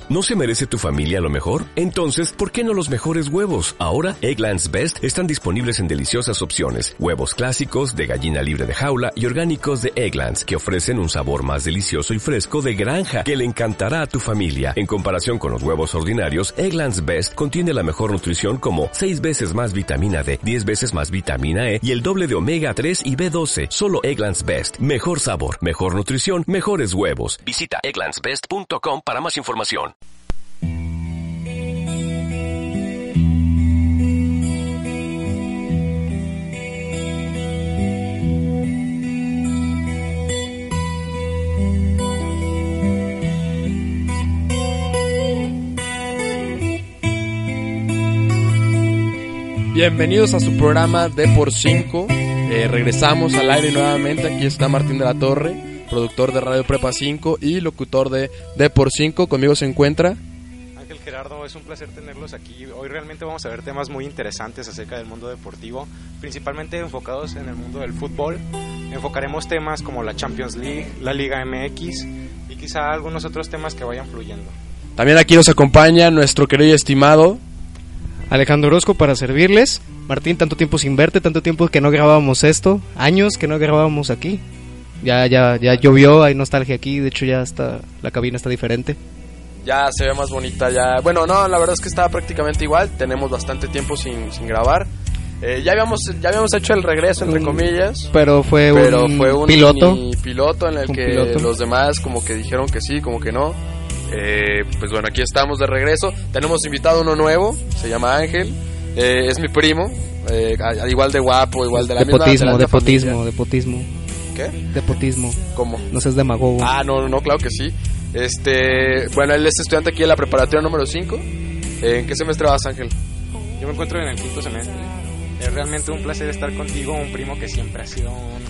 ¿No se merece tu familia lo mejor? Entonces, ¿por qué no los mejores huevos? Ahora, Eggland's Best están disponibles en deliciosas opciones. Huevos clásicos, de gallina libre de jaula y orgánicos de Eggland's, que ofrecen un sabor más delicioso y fresco de granja que le encantará a tu familia. En comparación con los huevos ordinarios, Eggland's Best contiene la mejor nutrición como 6 veces más vitamina D, 10 veces más vitamina E y el doble de omega 3 y B12. Solo Eggland's Best. Mejor sabor, mejor nutrición, mejores huevos. Visita egglandsbest.com para más información. Bienvenidos a su programa D por 5. Regresamos al aire nuevamente. Aquí está Martín de la Torre, productor de Radio Prepa 5 y locutor de D por 5. Conmigo se encuentra Ángel Gerardo. Es un placer tenerlos aquí. Hoy realmente vamos a ver temas muy interesantes acerca del mundo deportivo, principalmente enfocados en el mundo del fútbol. Enfocaremos temas como la Champions League, la Liga MX y quizá algunos otros temas que vayan fluyendo. También aquí nos acompaña nuestro querido y estimado Alejandro Orozco para servirles. Martín, tanto tiempo sin verte, tanto tiempo que no grabábamos esto, años que no grabábamos aquí. Ya llovió, hay nostalgia aquí, de hecho ya está, la cabina está diferente. Ya se ve más bonita, ya. Bueno, no, la verdad es que estaba prácticamente igual. Tenemos bastante tiempo sin grabar. Ya habíamos hecho el regreso, entre comillas. Pero fue un piloto en el que los demás como que dijeron que sí, como que no. Pues bueno, aquí estamos de regreso. Tenemos invitado uno nuevo, se llama Ángel. Es mi primo, igual de guapo, igual de la misma Depotismo. ¿Qué? Depotismo. ¿Cómo? No seas demagogo. No, claro que sí. Bueno, él es estudiante aquí en la preparatoria número 5. ¿En qué semestre vas, Ángel? Yo me encuentro en el 5º semestre. Es realmente un placer estar contigo, un primo que siempre ha sido un...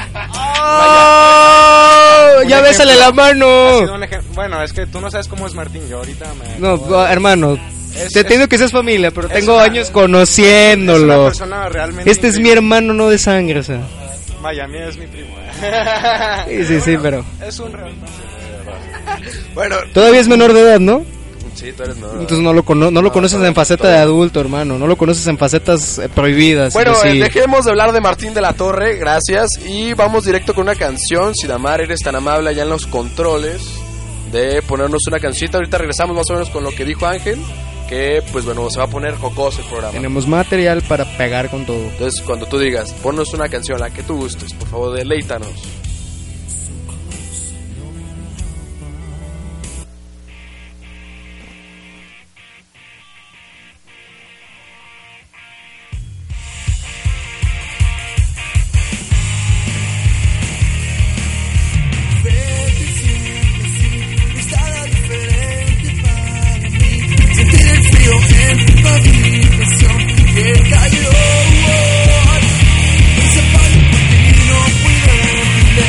¡Ya bésale la mano! Bueno, es que tú no sabes cómo es Martín, yo ahorita me... No, hermano, te entiendo que seas familia, pero tengo años conociéndolo. Es una persona realmente este es mi hermano, no de sangre, o sea. Vaya, mí es mi primo. Sí, pero... Es un real placer. Bueno... Todavía es menor de edad, ¿no? Sí, tú eres menor. Entonces no lo conoces en faceta de adulto, hermano. No lo conoces en facetas prohibidas. Bueno, dejemos de hablar de Martín de la Torre, gracias. Y vamos directo con una canción. Sidamar, eres tan amable allá en los controles de ponernos una cancionita. Ahorita regresamos más o menos con lo que dijo Ángel, que pues bueno, se va a poner jocoso el programa. Tenemos material para pegar con todo. Entonces cuando tú digas, ponnos una canción, la que tú gustes, por favor, deleítanos. Cayó, ese pan porque no pude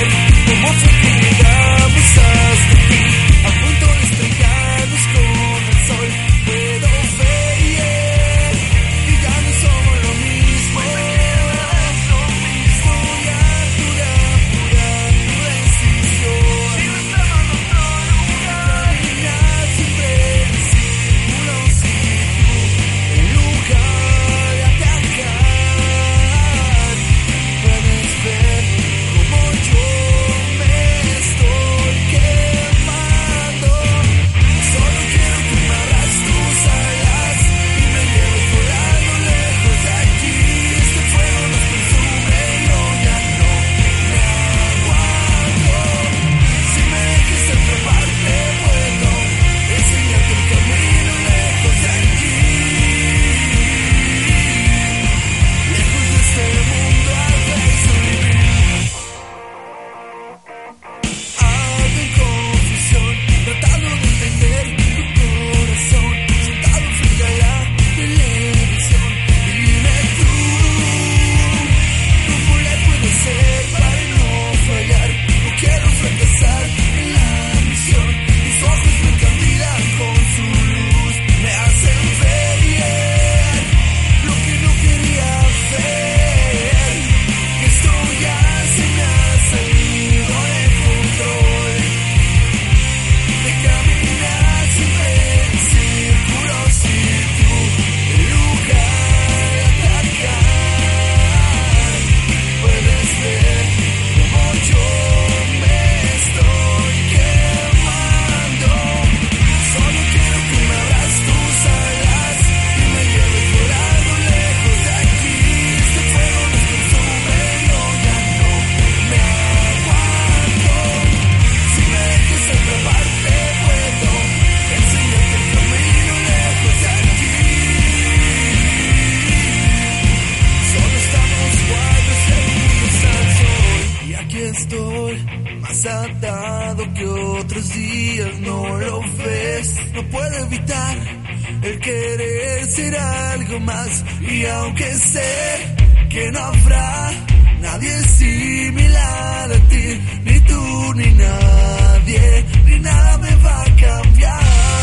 no puedo evitar el querer ser algo más. Y aunque sé que no habrá nadie similar a ti, ni tú ni nadie, ni nada me va a cambiar.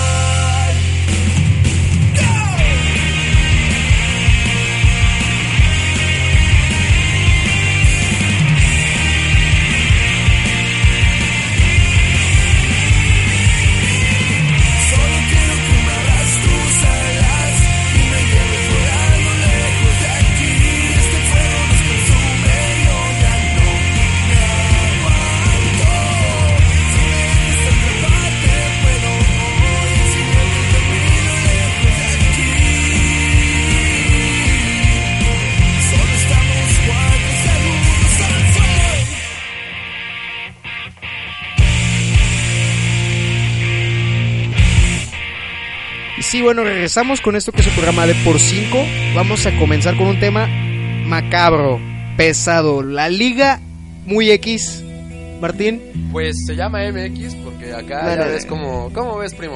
Sí, bueno, regresamos con esto que es el programa de Por 5. Vamos a comenzar con un tema macabro, pesado, la liga muy X. Martín. Pues se llama MX porque acá ya ves como... ¿Cómo ves, primo?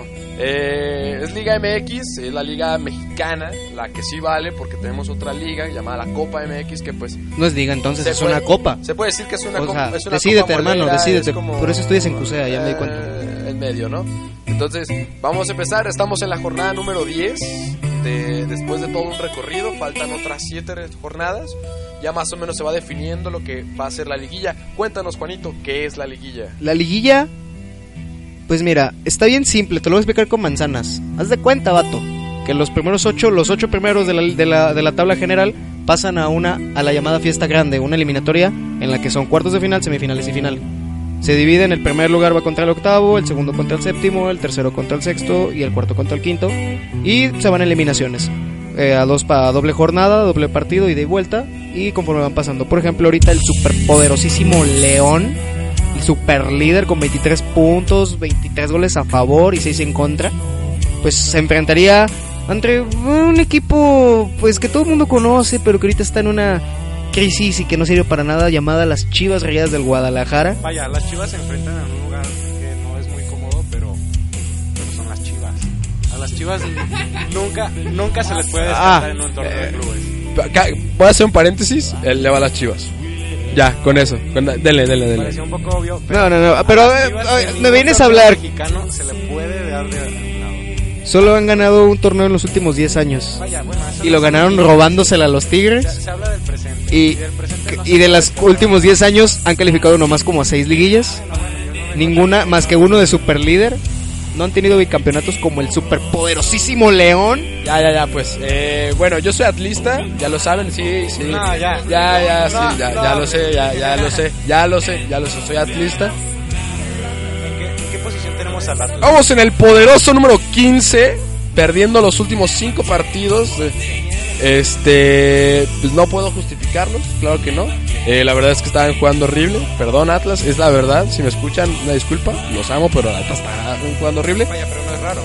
Es Liga MX, es la liga mexicana, la que sí vale porque tenemos otra liga llamada la Copa MX que pues... No es liga, entonces es una copa. Se puede decir que es una copa. Es una decídete, copa hermano, molera, decídete. Como, por eso estudias en CUSEA, ya me di cuenta. En medio, ¿no? Entonces, vamos a empezar. Estamos en la jornada número 10. Después de todo un recorrido, faltan otras 7 jornadas. Ya más o menos se va definiendo lo que va a ser la liguilla. Cuéntanos, Juanito, ¿qué es la liguilla? La liguilla, pues mira, está bien simple, te lo voy a explicar con manzanas. Haz de cuenta, vato, que los primeros 8, los 8 primeros de la tabla general pasan a la llamada fiesta grande, una eliminatoria en la que son cuartos de final, semifinales y final. Se dividen, el primer lugar va contra el octavo, el segundo contra el séptimo, el tercero contra el sexto y el cuarto contra el quinto. Y se van a eliminaciones, a doble jornada, doble partido, ida y vuelta. Y conforme van pasando, por ejemplo, ahorita el superpoderosísimo León, el super líder con 23 puntos, 23 goles a favor y 6 en contra, pues se enfrentaría entre un equipo pues que todo el mundo conoce, pero que ahorita está en una crisis y que no sirve para nada, llamada las Chivas Rayadas del Guadalajara. Vaya, las Chivas se enfrentan en un lugar que no es muy cómodo, pero son las Chivas. A las Chivas nunca se les puede descartar en un torneo de clubes. Voy a hacer un paréntesis, él le va a las Chivas. Ya, con eso. Dele. Parecía un poco obvio. No, pero me vienes a hablar. Mexicano se le puede dar de lado. Solo han ganado un torneo en los últimos 10 años. Vaya, bueno, y lo ganaron robándosela a los Tigres. Se habla del presente. Y de los últimos 10 años han calificado nomás como a 6 liguillas. Ninguna más que uno de superlíder. No han tenido bicampeonatos como el superpoderosísimo León. Ya, pues. Bueno, yo soy atlista, ya lo saben, sí. No, ya lo sé, soy atlista. ¿En qué posición tenemos al Atlas? Vamos en el poderoso número 15, perdiendo los últimos 5 partidos. Pues no puedo justificarlos, claro que no. La verdad es que estaban jugando horrible. Perdón, Atlas, es la verdad. Si me escuchan, una disculpa. Los amo, pero Atlas está jugando horrible. Vaya, pero no es raro.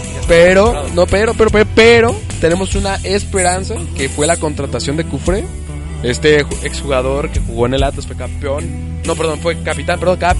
Pero tenemos una esperanza, que fue la contratación de Cufré. Este exjugador que jugó en el Atlas fue campeón. No, perdón, fue capitán.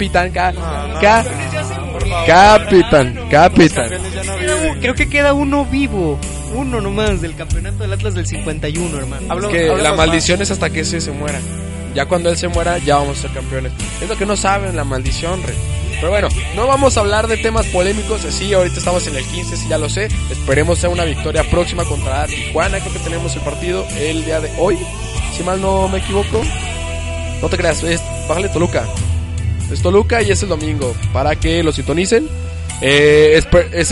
Capitán. Creo que queda uno vivo. Uno nomás del campeonato del Atlas del 51, hermano. La maldición es hasta que ese se muera. Ya cuando él se muera, ya vamos a ser campeones. Es lo que no saben, la maldición, re. Pero bueno, no vamos a hablar de temas polémicos. Sí, ahorita estamos en el 15, sí, ya lo sé. Esperemos sea una victoria próxima contra Tijuana. Creo que tenemos el partido el día de hoy, si mal no me equivoco. No te creas, bájale Toluca. Es Toluca y es el domingo, para que lo sintonicen. El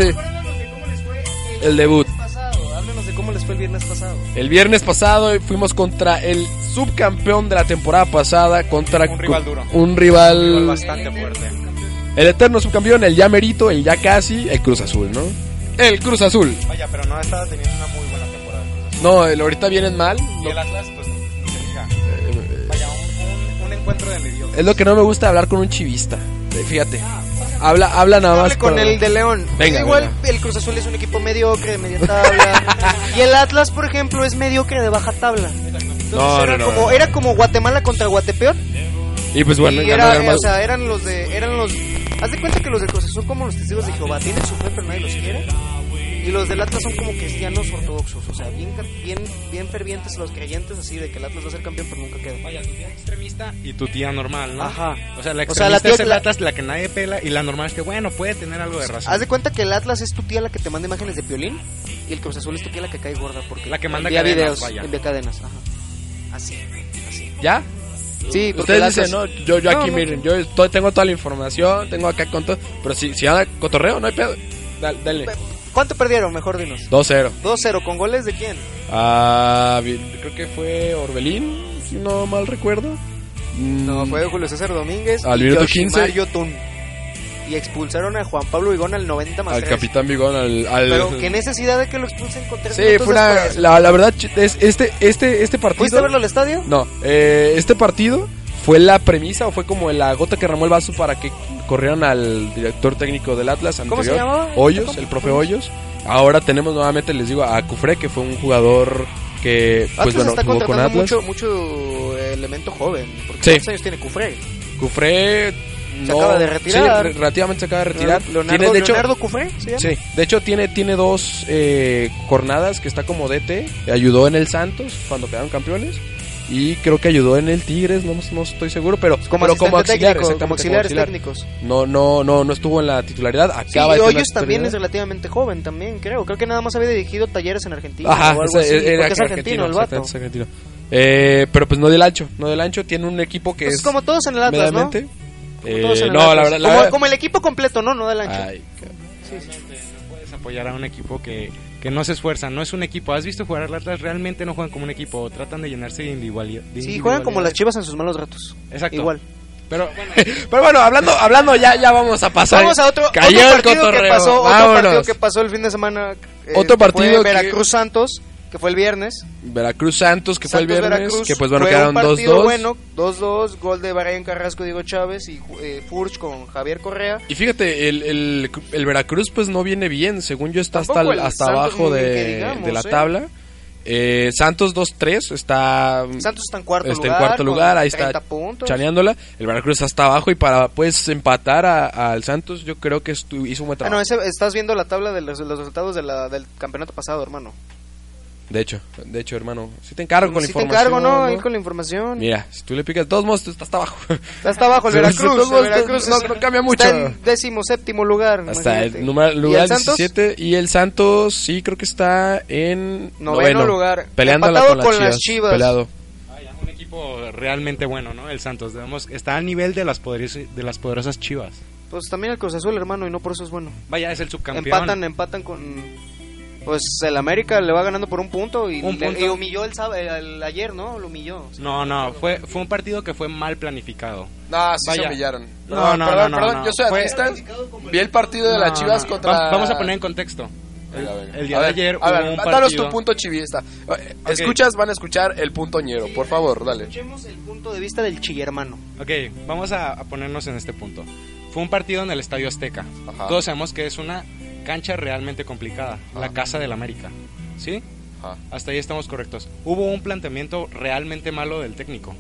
debut. Háblanos de cómo les fue el viernes pasado. El viernes pasado fuimos contra el subcampeón de la temporada pasada, contra un rival duro. Un rival bastante fuerte. El eterno subcampeón, el ya merito, el ya casi, el Cruz Azul, ¿no? El Cruz Azul. Vaya, pero no estaba teniendo una muy buena temporada. No, ahorita vienen mal. Y el Atlas, pues, ni se diga. Vaya, un encuentro de mediocres. Es lo que no me gusta, hablar con un chivista. Fíjate. Habla nada más con el de León. Venga, igual el Cruz Azul es un equipo mediocre de media tabla. Y el Atlas, por ejemplo, es mediocre de baja tabla. Entonces era como Guatemala contra Guatepeor. Y pues bueno, eran los haz de cuenta que los del Cruz Azul son como los testigos de Jehová, tienen su fe pero nadie los quiere. Y los del Atlas son como cristianos ortodoxos, o sea, bien fervientes los creyentes, así de que el Atlas va a ser campeón, pero nunca queda. Vaya, tu tía extremista y tu tía normal, ¿no? Ajá. O sea, la O sea, extremista la tía es el la- Atlas, la que nadie pela, y la normal es que, bueno, puede tener algo de razón. Haz de cuenta que el Atlas es tu tía la que te manda imágenes de Piolín y el Cruz Azul es tu tía la que cae gorda porque La que manda envía cadenas, videos, vaya. envía cadenas, ajá. Así. ¿Ya? Sí, porque el Ustedes dicen, Atlas- no, yo aquí No, miren, yo tengo toda la información, tengo acá con todo, pero si van a cotorreo, no hay pedo. Dale. ¿Cuánto perdieron? Mejor dinos. 2-0. 2-0, ¿con goles de quién? Creo que fue Orbelín, si no mal recuerdo. No, fue Julio César Domínguez Al y minuto Yoshimar 15. Yotun. Y expulsaron a Juan Pablo Vigón al 90 más al 3. capitán Vigón, al Pero qué necesidad de que lo expulsen con 3 sí, minutos fue una, después. la verdad, este partido. ¿Fuiste a verlo al estadio? No, este partido fue la premisa o fue como la gota que derramó el vaso para que corrieran al director técnico del Atlas anterior. ¿Cómo se llamaba? Hoyos, el profe Hoyos. Ahora tenemos nuevamente, les digo, a Cufré, que fue un jugador que, pues Atlas bueno, está jugó con contratando Atlas. mucho elemento joven. Porque Sí. ¿cuántos años tiene Cufré? Cufré Se acaba de retirar. Sí, relativamente se acaba de retirar. Leonardo, de hecho, Leonardo Cufré, ¿se llama? sí, de hecho tiene 2 jornadas que está como DT. Ayudó en el Santos cuando quedaron campeones. Y creo que ayudó en el Tigres, no estoy seguro, pero Como pero asistente auxiliar, técnico, como exactamente, auxiliares auxiliar. técnicos. No estuvo en la titularidad. Sí, Acaba y de tener Hoyos la también es titularidad. relativamente joven también, creo. Creo que nada más había dirigido talleres en Argentina Ajá, o algo así, era porque es argentino el vato. exactamente, es argentino. Pero pues no del ancho, tiene un equipo que Pues es como todos en el Atlas, ¿no? medianamente. Como todos en el No, Atlas. la verdad, Como, como el equipo completo, ¿no? No del ancho. Ay, No puedes apoyar a un equipo que no se esfuerza, no es un equipo. ¿Has visto jugar al Atlas? Realmente no juegan como un equipo, tratan de llenarse de individualidad. Sí, juegan como las Chivas en sus malos ratos. Exacto. Igual. Pero bueno, pero bueno, hablando ya vamos a pasar. Vamos a otro Cayó el partido que cotorreo. pasó, otro Vámonos. partido que pasó el fin de semana. Otro que partido fue que- Veracruz Santos, que fue el viernes. Veracruz Santos, que fue el Santos, viernes, Veracruz, que pues bueno, fue quedaron un partido 2-2. bueno, 2-2, gol de Brian Carrasco, Diego Chávez y Furch con Javier Correa. Y fíjate, el Veracruz pues no viene bien, según yo está Tampoco el hasta Santos abajo muy bien de, que digamos, de la tabla. Santos 2-3 está Santos está en cuarto está lugar. en cuarto lugar, con ahí 30 está puntos. chaneándola. El Veracruz está abajo y para pues empatar al Santos yo creo que hizo un buen Ah, trabajo. no, estás viendo la tabla de los resultados del campeonato pasado, hermano. De hecho, hermano, si te encargo con la Si te información. encargo, ¿no? Ahí con la información. Mira, si tú le picas, de todos modos tú estás hasta abajo. Está hasta abajo el Sí, de Veracruz. todos El modos, Veracruz no cambia mucho. Está en 17º lugar. Hasta imagínate. el lugar ¿Y el Santos? 17 y el Santos sí creo que está en Noveno lugar. peleándola Empatado con con las las Chivas. Peleado. vaya, un equipo realmente bueno, ¿no? El Santos, digamos, está al nivel de las poderosas Chivas. Pues también el Cruz Azul, hermano, y no por eso es bueno. Vaya, es el subcampeón. Empatan con... Pues el América le va ganando por un punto y, Un punto. y humilló ayer, ¿no? Lo humilló. No, fue un partido que fue mal planificado. No, sí Vaya. se humillaron. No, Perdón, yo soy Fue- atlista. Vi el partido de las Chivas contra... Vamos a poner en contexto. El día A de ver, ayer a ver, hubo un danos partido. tu punto chivista. Van a escuchar el punto ñero, por favor, dale. Escuchemos el punto de vista del chillermano. Ok, vamos a ponernos en este punto. Fue un partido en el Estadio Azteca. Ajá. Todos sabemos que es una cancha realmente complicada, la Casa del América. ¿Sí? Ajá. Hasta ahí estamos correctos. Hubo un planteamiento realmente malo del técnico.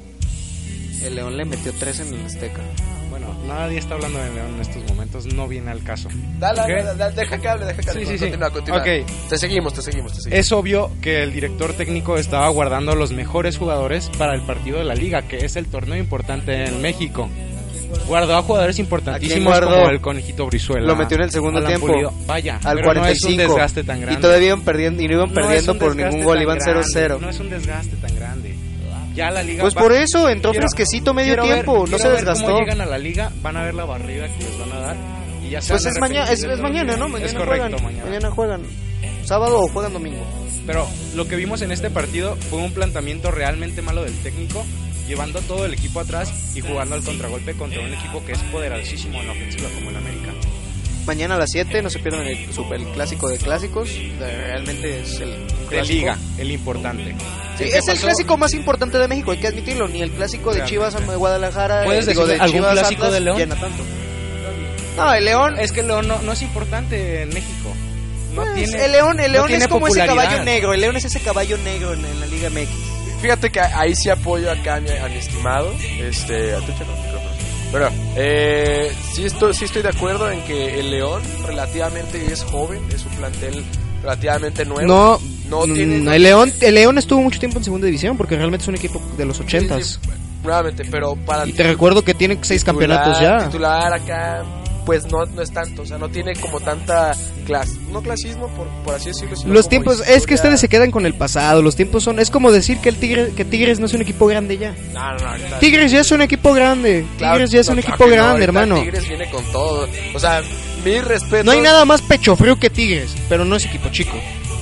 El León le metió 3 en el Azteca. Bueno, nadie está hablando de León en estos momentos, no viene al caso. Dale, ¿Ok? deja que hable. Sí. Continúa. Ok. Te seguimos. Es obvio que el director técnico estaba guardando los mejores jugadores para el partido de la liga, que es el torneo importante en México. Guardó a jugadores importantísimos ¿A quién guardó? como el Conejito Brizuela. Lo metió en el segundo Alan tiempo. Pulido. Vaya, Al pero 45. no es un desgaste tan grande. Y todavía iban perdiendo, y no iban No perdiendo es un por desgaste ningún gol, tan iban grande, 0-0. No es un desgaste tan grande. Ya la liga Pues por eso entró fresquecito medio quiero ver- tiempo, no se quiero ver desgastó. cómo llegan a la liga, van a ver la barrida que les van a dar y ya se Pues van a es mañana, arrepentir es del mañana, ¿no? domingo. Mañana Es correcto, juegan. Mañana juegan. Sábado o juegan domingo. Pero lo que vimos en este partido fue un planteamiento realmente malo del técnico, llevando todo el equipo atrás y jugando al contragolpe contra un equipo que es poderosísimo en la ofensiva como el América. Mañana a las 7 no se pierdan el clásico de clásicos. Realmente es el De clásico. liga, el importante. Sí, ¿Qué es el pasó? clásico más importante de México, hay que admitirlo. Ni el clásico de Chivas de Guadalajara, ¿Puedes digo, decir de algún Chivas clásico Atlas, de León? llena tanto. No, el León. Es que el León no es importante en México. No Pues, tiene, el León no tiene es como ese popularidad. caballo negro. El León es ese caballo negro en la Liga MX. Fíjate que ahí sí apoyo acá a mi estimado. A tu chico, micrófono. Pero, sí estoy de acuerdo en que el León relativamente es joven, es un plantel relativamente nuevo. No tiene... el León estuvo mucho tiempo en segunda división porque realmente es un equipo de los 80s. Sí, nuevamente, pero para... Y te recuerdo que tiene 6 campeonatos ya. Titular acá, pues no es tanto, o sea, no tiene como tanta no clasismo, por así decirlo. Los tiempos, historia... es que ustedes se quedan con el pasado, los tiempos son, es como decir que Tigres no es un equipo grande ya. No, Tigres ya es un equipo grande, Tigres ya es un equipo grande, hermano. Tigres viene con todo, o sea, mi respeto. No hay nada más pecho frío que Tigres, pero no es equipo chico.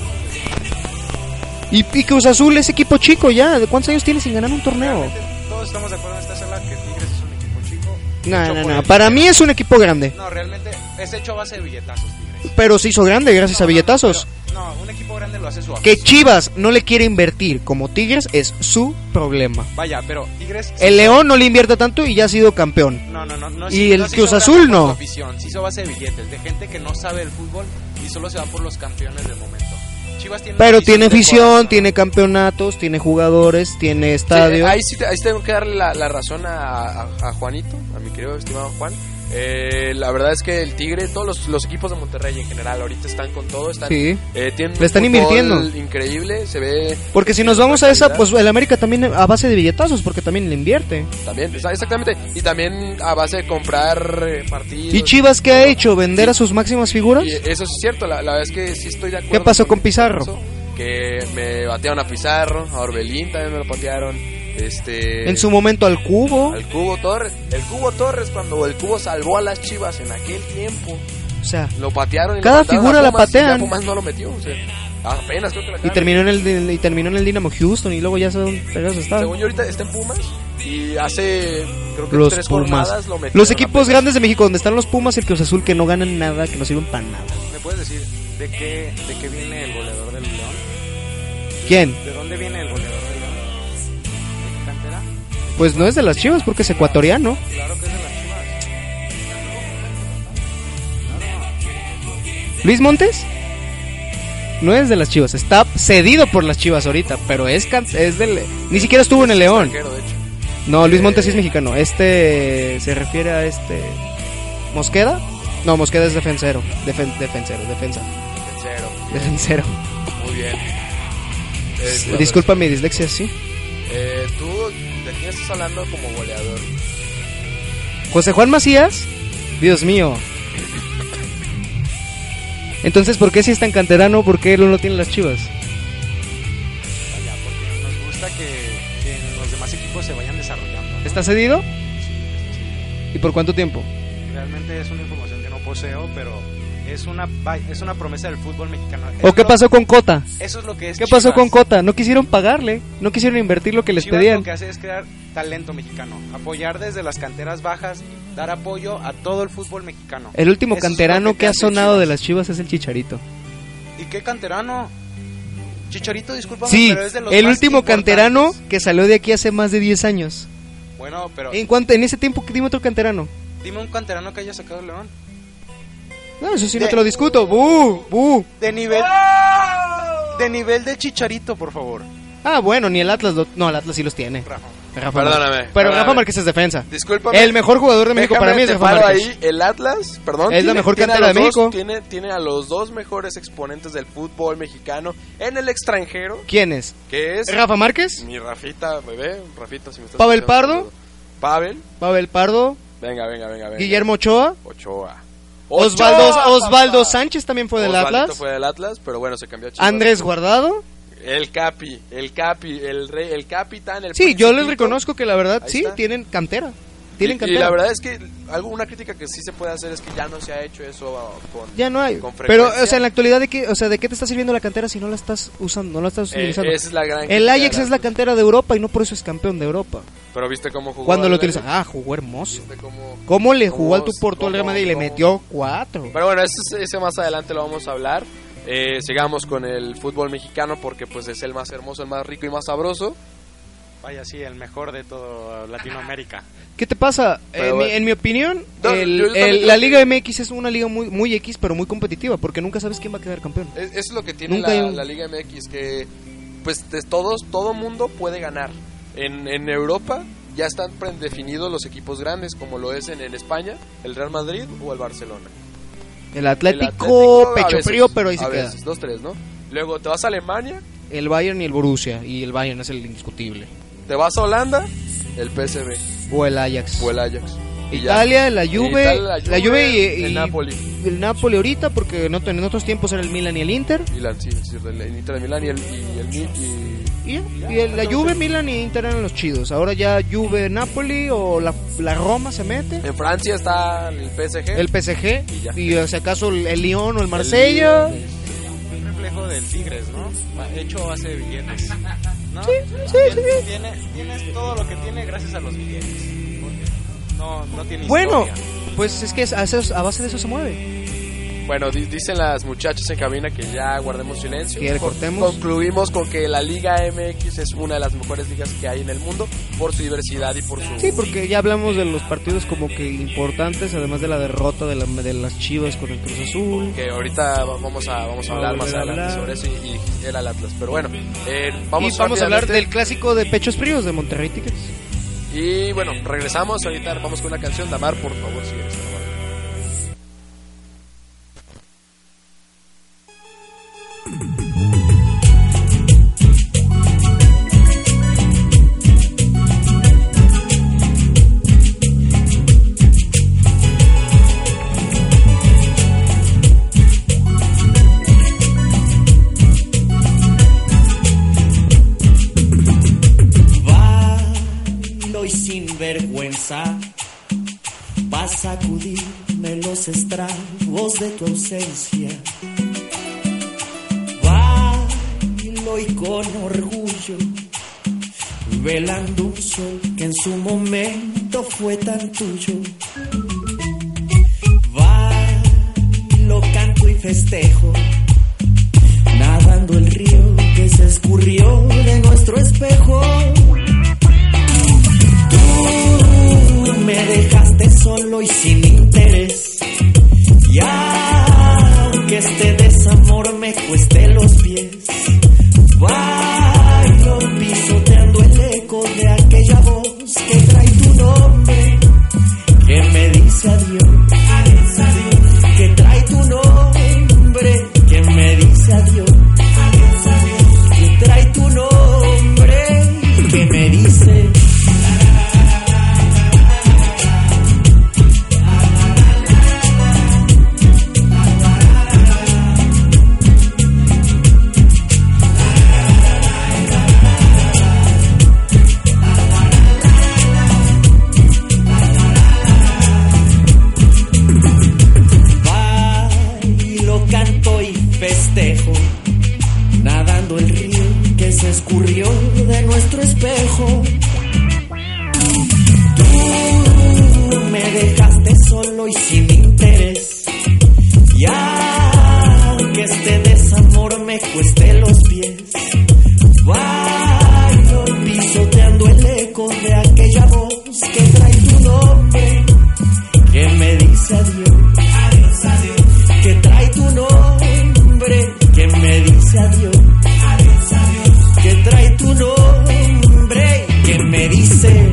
Y Cruz Azul es equipo chico ya, ¿de cuántos años tiene sin ganar un torneo? Todos estamos de acuerdo en esta sala que Tigres es un equipo chico. No, para mí es un equipo grande. No, realmente es hecho a base de billetazos, Tigres. Pero se hizo grande gracias a billetazos. No, un equipo grande lo hace su afición. Que Chivas no le quiere invertir como Tigres es su problema. Vaya, pero Tigres... El León no le invierte tanto y ya ha sido campeón. No. Y el Cruz Azul no. Se hizo base de billetes, de gente que no sabe el fútbol y solo se va por los campeones del momento. Chivas tiene pero tiene afición, tiene campeonatos, tiene jugadores, tiene estadio. Ahí sí tengo que darle la razón a Juanito, a mi querido estimado Juan. La verdad es que el Tigre, todos los equipos de Monterrey en general ahorita están con todo, sí. Tienen le están invirtiendo increíble, se ve. Porque si nos vamos a esa, pues el América también a base de billetazos, porque también le invierte. También, exactamente, y también a base de comprar partidos. ¿Y Chivas qué ha hecho? ¿Vender a sus máximas figuras? Y eso sí es cierto, la verdad es que sí estoy de acuerdo. ¿Qué pasó con Pizarro? Que me batearon a Pizarro, a Orbelín también me lo patearon. En su momento al Cubo Torres. El Cubo Torres, cuando el Cubo salvó a las Chivas en aquel tiempo, o sea, lo patearon y cada figura la patean. Pumas no lo metió, o sea, apenas creo que la y terminó en el Dinamo Houston y luego ya se está. Según yo ahorita está en Pumas y hace creo que los 3 Pumas. jornadas lo metieron. Los equipos grandes de México donde están los Pumas y el Cruz Azul que no ganan nada, que no sirven para nada. ¿Me puedes decir de qué viene el goleador del León? ¿Quién? ¿De dónde viene el goleador del León? ¿De qué cantera? Pues no es de las Chivas porque es ecuatoriano. Claro que es de las Chivas. Claro. ¿Luis Montes? No es de las Chivas, está cedido por las Chivas ahorita, pero es del... Ni siquiera estuvo en el León. No, Luis Montes sí es mexicano. Se refiere a ¿Mosqueda? No, Mosqueda es defensero. Defensa. Defensero. Muy bien. Disculpa mi dislexia, sí. Tú, ¿de quién estás hablando como goleador? José Juan Macías. Dios mío. Entonces, ¿por qué si es tan canterano? ¿Por qué él no lo tiene las Chivas? Vaya, porque nos gusta que los demás equipos se vayan desarrollando, ¿no? ¿Está cedido? Sí, está cedido. ¿Y por cuánto tiempo? Realmente es una información que no poseo, pero es una promesa del fútbol mexicano. ¿O qué pasó con Cota? Eso es lo que es. ¿Qué pasó con Cota? No quisieron pagarle, no quisieron invertir lo que les Chivas pedían. Lo que hace es crear talento mexicano, apoyar desde las canteras bajas, dar apoyo a todo el fútbol mexicano. El último Eso canterano es que ha sonado Chivas. de las Chivas es el Chicharito. ¿Y qué canterano? Chicharito, discúlpame, Sí, pero es de los el más último importantes. canterano que salió de aquí hace más de 10 años. Bueno, pero En ese tiempo, dime otro canterano. dime un canterano que haya sacado el León. No, eso sí no te lo discuto. ¡Bu! De nivel de Chicharito, por favor. Ah, bueno, ni el Atlas no, el Atlas sí los tiene. Rafa. Perdóname. Pero Rafa Márquez es defensa. Discúlpame. El mejor jugador de México para mí es Rafa Márquez. Ahí, el Atlas, perdón. Es la mejor cantera de México. Tiene a los dos mejores exponentes del fútbol mexicano en el extranjero. ¿Quién es? Que es Rafa Márquez, mi Rafita, bebé. Rafita, si me estás Pavel escuchando, Pardo. saludo. Pavel Pardo, Venga. Guillermo Ochoa. Ochoa, Osvaldo Sánchez también fue del Osvaldito Atlas. fue del Atlas, pero bueno, se cambió a Chivas. Andrés Guardado. El Capi, el rey, el capitán, el Sí, yo les principito. reconozco que la verdad Ahí sí está. tienen cantera. Y la verdad es que una crítica que sí se puede hacer es que ya no se ha hecho eso ya no hay. con Pero frecuencia. o sea, en la actualidad ¿de qué te está sirviendo la cantera si no la estás usando, no la estás utilizando? Esa es la gran El crítica Ajax de es la cantera de Europa y no por eso es campeón de Europa. Pero viste cómo jugó. Cuando lo al utilizan, Ajax? jugó hermoso. ¿Viste ¿Cómo le jugó al cómo- tu Porto al Real Madrid y le cómo- metió 4? Pero bueno, ese más adelante lo vamos a hablar. Sigamos con el fútbol mexicano porque pues es el más hermoso, el más rico y más sabroso. Vaya, sí, el mejor de todo Latinoamérica. ¿Qué te pasa? Pero bueno. En mi opinión, No, yo también la creo Liga que- MX es una liga muy X, pero muy competitiva, porque nunca sabes quién va a quedar campeón. Eso es lo que tiene Nunca hay un- la Liga MX, que pues todo mundo puede ganar. En Europa ya están predefinidos los equipos grandes, como lo es en España, el Real Madrid o el Barcelona. El Atlético, a pecho veces, frío, pero ahí se a queda. veces, 2-3, ¿no? Luego te vas a Alemania, El Bayern y el Borussia. Y el Bayern es el indiscutible. te vas a Holanda, el PSV O el Ajax. o el Ajax. Y Italia, ya. la Juve, Italia, la Juve y el Napoli. El Napoli ahorita, porque en otros tiempos era el Milan y el Inter. Milan, sí, el Inter de Milán La Juve, Milan y Inter eran los chidos. Ahora ya Juve, Napoli o la Roma se mete. En Francia está el PSG. El PSG. Y ya. Y si acaso el Lyon o el Marsella. Un reflejo del Tigres, ¿no? De hecho hace billetes, ¿no? Sí. Tienes todo lo que tiene gracias a los billetes. No tiene Bueno, historia. pues es que a base de eso se mueve. Bueno, dicen las muchachas en cabina que ya guardemos silencio. Que ya le cortemos. Concluimos con que la Liga MX es una de las mejores ligas que hay en el mundo por su diversidad y por su... Sí, porque ya hablamos de los partidos como que importantes, además de la derrota de las Chivas con el Cruz Azul. Que ahorita vamos a hablar más adelante sobre eso y era el Atlas. Pero bueno, vamos a hablar del clásico de pechos fríos de Monterrey Tigres. Y bueno, regresamos. Ahorita vamos con una canción. Damar, por favor, si eres tan amable. Vergüenza, vas a sacudirme los estragos de tu ausencia. Bailo y con orgullo, velando un sol que en su momento fue tan tuyo. Bailo, canto y festejo, nadando el río que se escurrió de nuestro espejo. Me dejaste solo y sin interés, y aunque este desamor me cueste los pies, bailo pisoteando el eco de aquella voz que trae tu nombre, que me dice adiós, que trae tu nombre, que me dice adiós, que trae tu nombre, que me dice... Nadando el río que se escurrió de nuestro espejo. Tú me dejaste solo y sin interés, y aunque este desamor me cueste los pies, bailo pisoteando el eco de aquella voz que trae tu nombre, que me dice adiós, que trae tu nombre, que me dice adiós, que trae tu nombre, que me dice...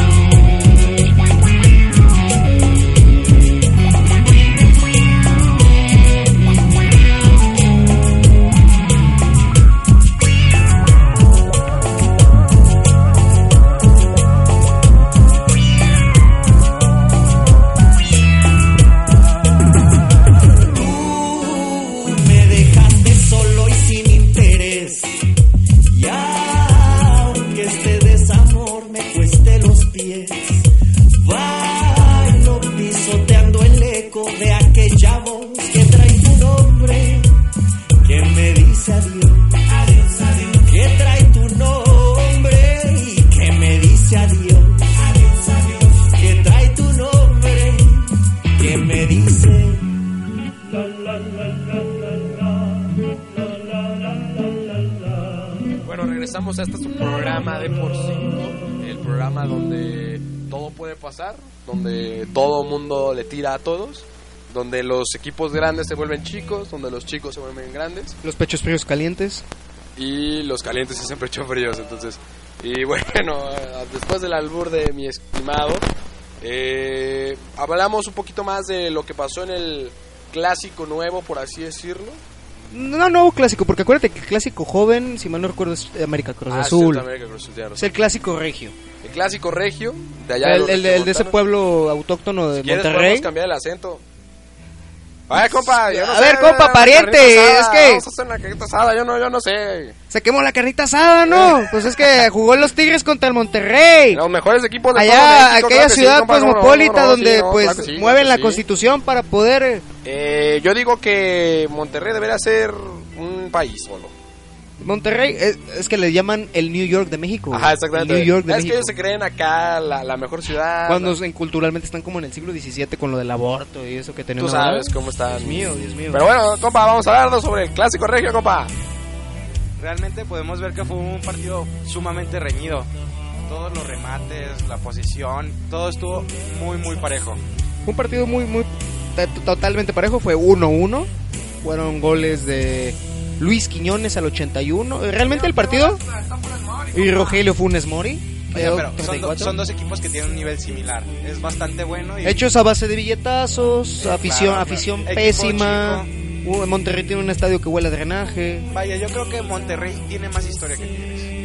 Regresamos a este su programa de Por 5, el programa donde todo puede pasar, donde todo mundo le tira a todos, donde los equipos grandes se vuelven chicos, donde los chicos se vuelven grandes. Los pechos fríos calientes. Y los calientes se hacen pechos fríos, entonces. Y bueno, después del albur de mi estimado, hablamos un poquito más de lo que pasó en clásico nuevo, por así decirlo. No, nuevo clásico, porque acuérdate que el clásico joven, si mal no recuerdo, es América Cruz Azul. Sí, América Cruz Azul, es el clásico regio. El clásico regio, de allá. El de ese pueblo autóctono de ¿Quieres Monterrey? podemos cambiar el acento? A ver, compa, yo no A sé. ver, compa, pariente, es que... Vamos a hacer una carnita asada, yo no sé. Saquemos la carnita asada, ¿no? Pues es que jugó los Tigres contra el Monterrey. Los mejores equipos de allá, todo México, aquella claro que ciudad sí, compa, cosmopolita no, donde sí, no, pues claro que sí, mueven claro la que sí. Constitución para poder... Yo digo que Monterrey debería ser un país solo. Monterrey es que le llaman el New York de México. Ajá, exactamente. El New York de es México. que ellos se creen acá la mejor ciudad. Cuando culturalmente están como en el siglo XVII con lo del aborto y eso que Tú tenemos. sabes cómo están. Dios mío. Pero bueno, compa, vamos a hablar sobre el clásico regio, compa. Realmente podemos ver que fue un partido sumamente reñido. Todos los remates, la posición, todo estuvo muy parejo. Fue un partido totalmente parejo, fue 1-1. Fueron goles de Luis Quiñones al 81. Realmente el partido... Y Rogelio Funes Mori. Pero son dos equipos que tienen un nivel similar. Es bastante bueno. Hechos a base de billetazos, afición Equipo pésima. Monterrey tiene un estadio que huele a drenaje. Vaya, yo creo que Monterrey tiene más historia que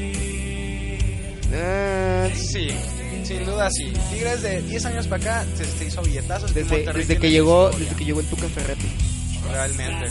Tigres. Sí, sin duda sí. Tigres de 10 años para acá se hizo billetazos. Desde que llegó el Tuca Ferretti. Realmente.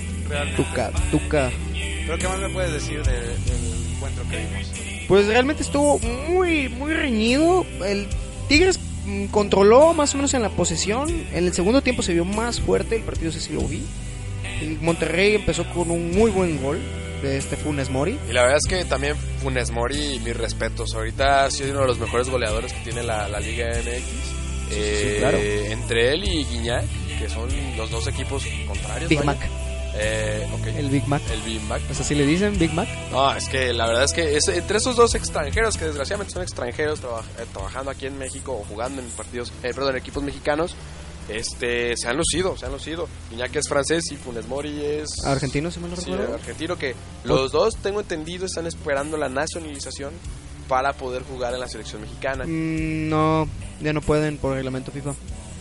Tuca. ¿Pero qué más me puedes decir del encuentro que vimos? Pues realmente estuvo muy reñido. El Tigres controló más o menos en la posesión. En el segundo tiempo se vio más fuerte el partido, sí lo vi. El Monterrey empezó con un muy buen gol de Funes Mori. Y la verdad es que también Funes Mori, mis respetos. Ahorita ha sido uno de los mejores goleadores que tiene la Liga MX. Sí, claro. Entre él y Guiñac, que son los dos equipos contrarios. Big vaya. Mac. Okay. El Big Mac. El Big Mac. ¿Pues así le dicen, Big Mac? No, es que la verdad es que entre esos dos extranjeros, que desgraciadamente son extranjeros trabajando aquí en México o jugando en en equipos mexicanos, se han lucido. Guiñac es francés y Funes Mori es argentino, si me lo recuerdo. Sí, argentino, que los dos, tengo entendido, están esperando la nacionalización para poder jugar en la selección mexicana. No, ya no pueden por reglamento FIFA.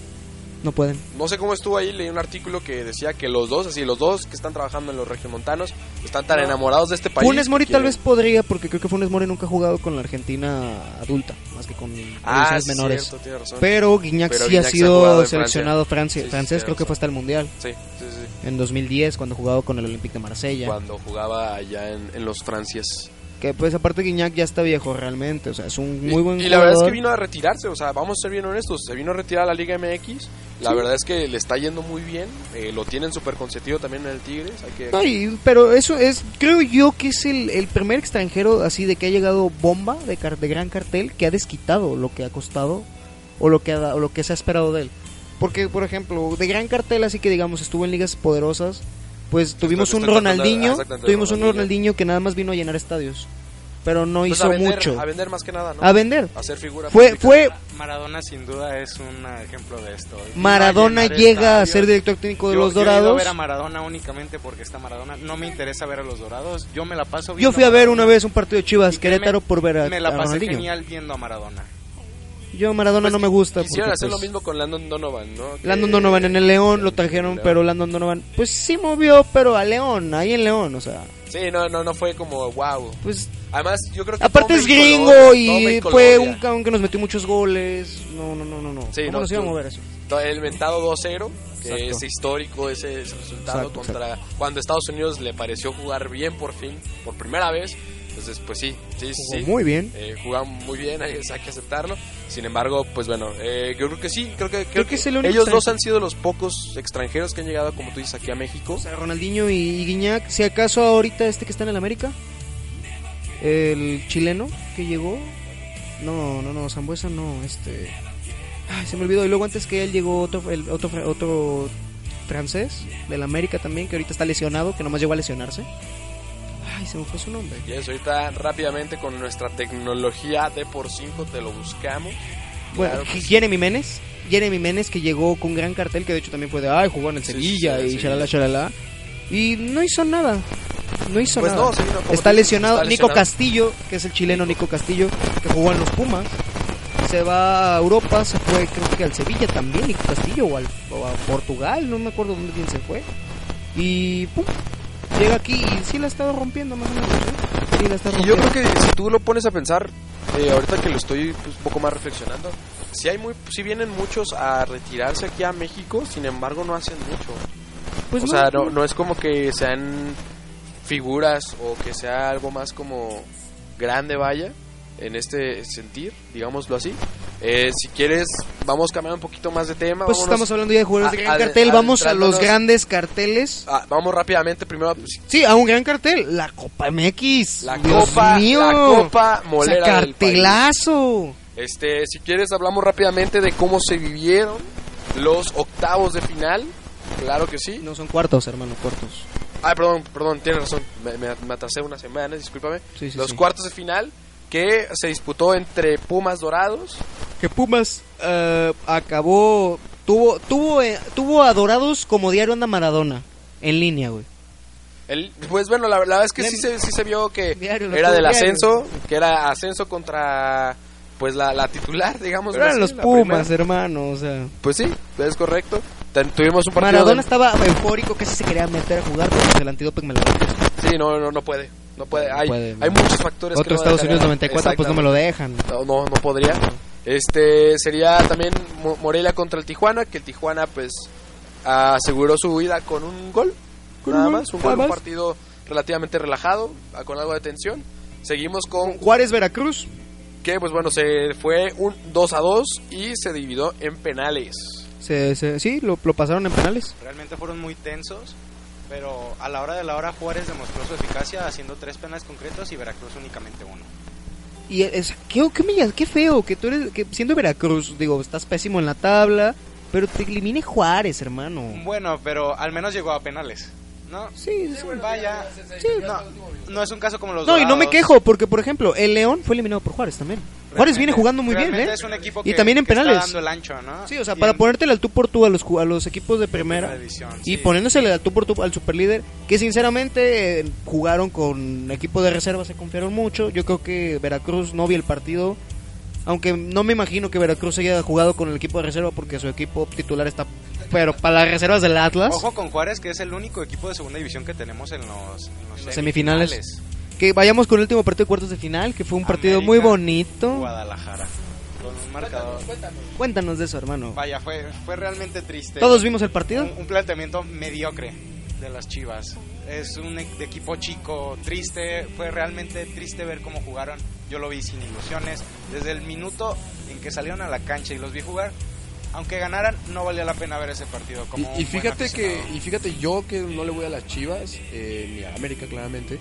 No pueden. No sé cómo estuvo ahí, leí un artículo que decía que los dos que están trabajando en los regiomontanos están tan enamorados de este país. Funes Mori tal vez podría, porque creo que Funes Mori nunca ha jugado con la Argentina adulta, más que con divisiones menores. Cierto, tiene razón. Pero Guiñac sí ha sido seleccionado francés, creo que fue hasta el Mundial. Sí. En 2010, cuando jugaba con el Olympique de Marsella. Cuando jugaba allá en los Francias. Que pues aparte Guiñac ya está viejo realmente, o sea, es un muy buen jugador. Y la verdad es que vino a retirarse, o sea, vamos a ser bien honestos, se vino a retirar a la Liga MX. La verdad es que le está yendo muy bien, lo tienen súper consentido también en el Tigres. Pero eso es, creo yo que es el primer extranjero así de que ha llegado bomba de gran cartel que ha desquitado lo que ha costado o lo que se ha esperado de él. Porque, por ejemplo, de gran cartel así que digamos estuvo en ligas poderosas, pues tuvimos un Ronaldinho que nada más vino a llenar estadios. Pero no pues hizo mucho. A vender más que nada, ¿no? A vender. A hacer figuras. Fue Maradona sin duda es un ejemplo de esto. Maradona llega a ser director técnico de los Dorados. Yo he ido a ver a Maradona únicamente porque está Maradona. No me interesa ver a los Dorados. Yo me la paso viendo. Yo fui a ver una vez un partido de Chivas Querétaro por ver a me la pasé Ronaldinho. Genial viendo a Maradona. Yo Maradona pues no me gusta. Quisieron hacer lo mismo con Landon Donovan, ¿no? Landon Donovan en el León lo trajeron, pero Landon Donovan pues sí movió, pero a León, ahí en León, o sea. Sí, no fue como wow. Pues además yo creo que aparte es gringo y fue un cabrón que nos metió muchos goles. No. Sí, ¿Cómo nos iba a mover eso? El mentado 2-0, que es histórico ese resultado contra cuando Estados Unidos le pareció jugar bien por primera vez. Entonces, pues sí. Jugó muy bien. Jugaron muy bien, hay que aceptarlo. Sin embargo, pues bueno, yo creo que sí. Creo que es el único ellos dos han sido los pocos extranjeros que han llegado, como tú dices, aquí a México. O sea, Ronaldinho y Guiñac. Si acaso ahorita que está en el América, el chileno que llegó. No, Sambuesa no. Ay, se me olvidó. Y luego antes que él llegó otro francés del América también, que ahorita está lesionado, que nomás llegó a lesionarse. Ay, se me fue su nombre. Y eso ahorita rápidamente con nuestra tecnología de por 5 te lo buscamos. Bueno, claro, Jeremy Ménez que llegó con gran cartel, que de hecho también fue de jugó en el Sevilla y shalala. Y no hizo nada. No, está lesionado. Nico Castillo, que es el chileno Nico Castillo, que jugó en los Pumas. se va a Europa, se fue creo que al Sevilla también, y Castillo, o a Portugal, no me acuerdo dónde bien se fue. Y pum, llega aquí y sí la estaba rompiendo más o menos, ¿eh? Sí la está Y rompiendo. yo creo que si tú lo pones a pensar, ahorita que lo estoy pues, un poco más reflexionando, si vienen muchos a retirarse aquí a México, sin embargo no hacen mucho. Pues O sea, no es como que sean figuras o que sea algo más como grande, vaya, en este sentir, digámoslo así. Si quieres, vamos a cambiar un poquito más de tema. Pues vámonos estamos hablando ya de jugadores de gran a- cartel, vamos a los adentrándonos- grandes carteles. Vamos rápidamente, primero pues, Sí, a un gran cartel, la Copa MX. la Dios Copa, mío. la Copa O sea, Molera del país. cartelazo. Si quieres hablamos rápidamente de cómo se vivieron los octavos de final. Claro que sí. No son cuartos, hermano, cuartos. Ay, perdón, tienes razón. Me atrasé una semana, discúlpame. Sí, sí, Los sí. cuartos de final que se disputó entre Pumas Dorados. Que Pumas acabó, tuvo a Dorados como diario anda Maradona, en línea, güey. Pues bueno, la verdad es que sí se vio que Diario, lo era tuvo del diario. ascenso, que era ascenso contra pues la titular, digamos. Pero eran así, los la Pumas, primera. hermano, o sea. Pues sí, es correcto. Tuvimos un partido Maradona de- estaba eufórico, casi se quería meter a jugar, pero pues el antidoping me la dio. Sí, no puede. No puede. Hay puede. muchos factores que Otro no Estados dejarían- Unidos 94, pues no me lo dejan. No podría. Sería también Morelia contra el Tijuana, que el Tijuana pues aseguró su huida con un gol. Nada más, un partido relativamente relajado, con algo de tensión. Seguimos con Juárez Veracruz. que pues bueno, se fue un 2-2 y se dividió en penales. Sí, lo pasaron en penales. Realmente fueron muy tensos, pero a la hora de la hora Juárez demostró su eficacia haciendo 3 penales concretos y Veracruz únicamente 1. Y qué feo que tú eres, que siendo Veracruz, digo, estás pésimo en la tabla, pero te elimine Juárez, hermano. Bueno, pero al menos llegó a penales, ¿no? Sí, Vaya, sí. no es un caso como los No, y no me Dorados. quejo, porque por ejemplo, el León fue eliminado por Juárez también. Juárez viene jugando muy bien, Realmente ¿eh? es un equipo Y que- también en que está penales. dando el ancho, ¿no? Sí, o sea, Y para en- ponértele al tú por tú a los equipos de primera división, y sí. poniéndosele al tú por tú al superlíder, que sinceramente jugaron con equipo de reserva, se confiaron mucho. Yo creo que Veracruz, no vi el partido, aunque no me imagino que Veracruz haya jugado con el equipo de reserva porque su equipo titular está, pero para las reservas del Atlas. Ojo con Juárez, que es el único equipo de segunda división que tenemos en los semifinales. Que vayamos con el último partido de cuartos de final, que fue un partido América, muy bonito. Guadalajara, con un marcador. Cuéntanos de eso, hermano. Vaya, fue realmente triste. ¿Todos vimos el partido? Un planteamiento mediocre de las Chivas. Es un equipo chico, triste. Fue realmente triste ver cómo jugaron. Yo lo vi sin ilusiones. Desde el minuto en que salieron a la cancha y los vi jugar, aunque ganaran, no valía la pena ver ese partido. Como Y un buen fíjate aficionado. yo que no le voy a las Chivas, ni a América claramente,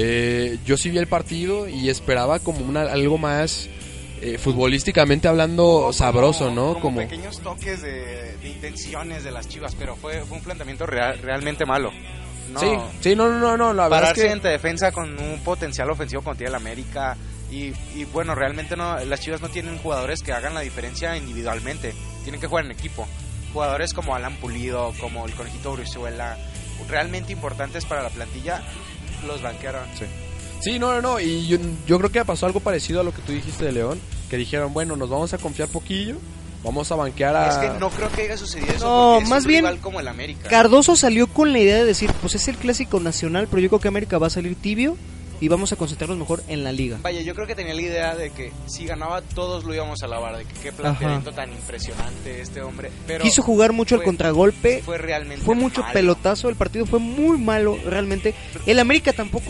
yo sí vi el partido y esperaba como algo más futbolísticamente hablando sabroso, ¿no? Como pequeños toques de intenciones de las Chivas, pero fue un planteamiento realmente malo. No, Sí, no, la verdad pararse es que en defensa con un potencial ofensivo contra el América y bueno, realmente no, las Chivas no tienen jugadores que hagan la diferencia individualmente, tienen que jugar en equipo. Jugadores como Alan Pulido, como el Conejito Brizuela, realmente importantes para la plantilla, los banquearon. Sí, no, y yo creo que pasó algo parecido a lo que tú dijiste de León, que dijeron, bueno, nos vamos a confiar poquillo, vamos a banquear a... Es que no creo que haya sucedido eso, No, porque es más un bien, rival como el América. Cardoso salió con la idea de decir, pues es el clásico nacional, pero yo creo que América va a salir tibio y vamos a concentrarnos mejor en la liga. Vaya, yo creo que tenía la idea de que si ganaba todos lo íbamos a alabar, de que qué planteamiento tan impresionante este hombre. Pero quiso jugar mucho al fue- contragolpe, fue realmente fue mucho malo. pelotazo, el partido fue muy malo realmente. El América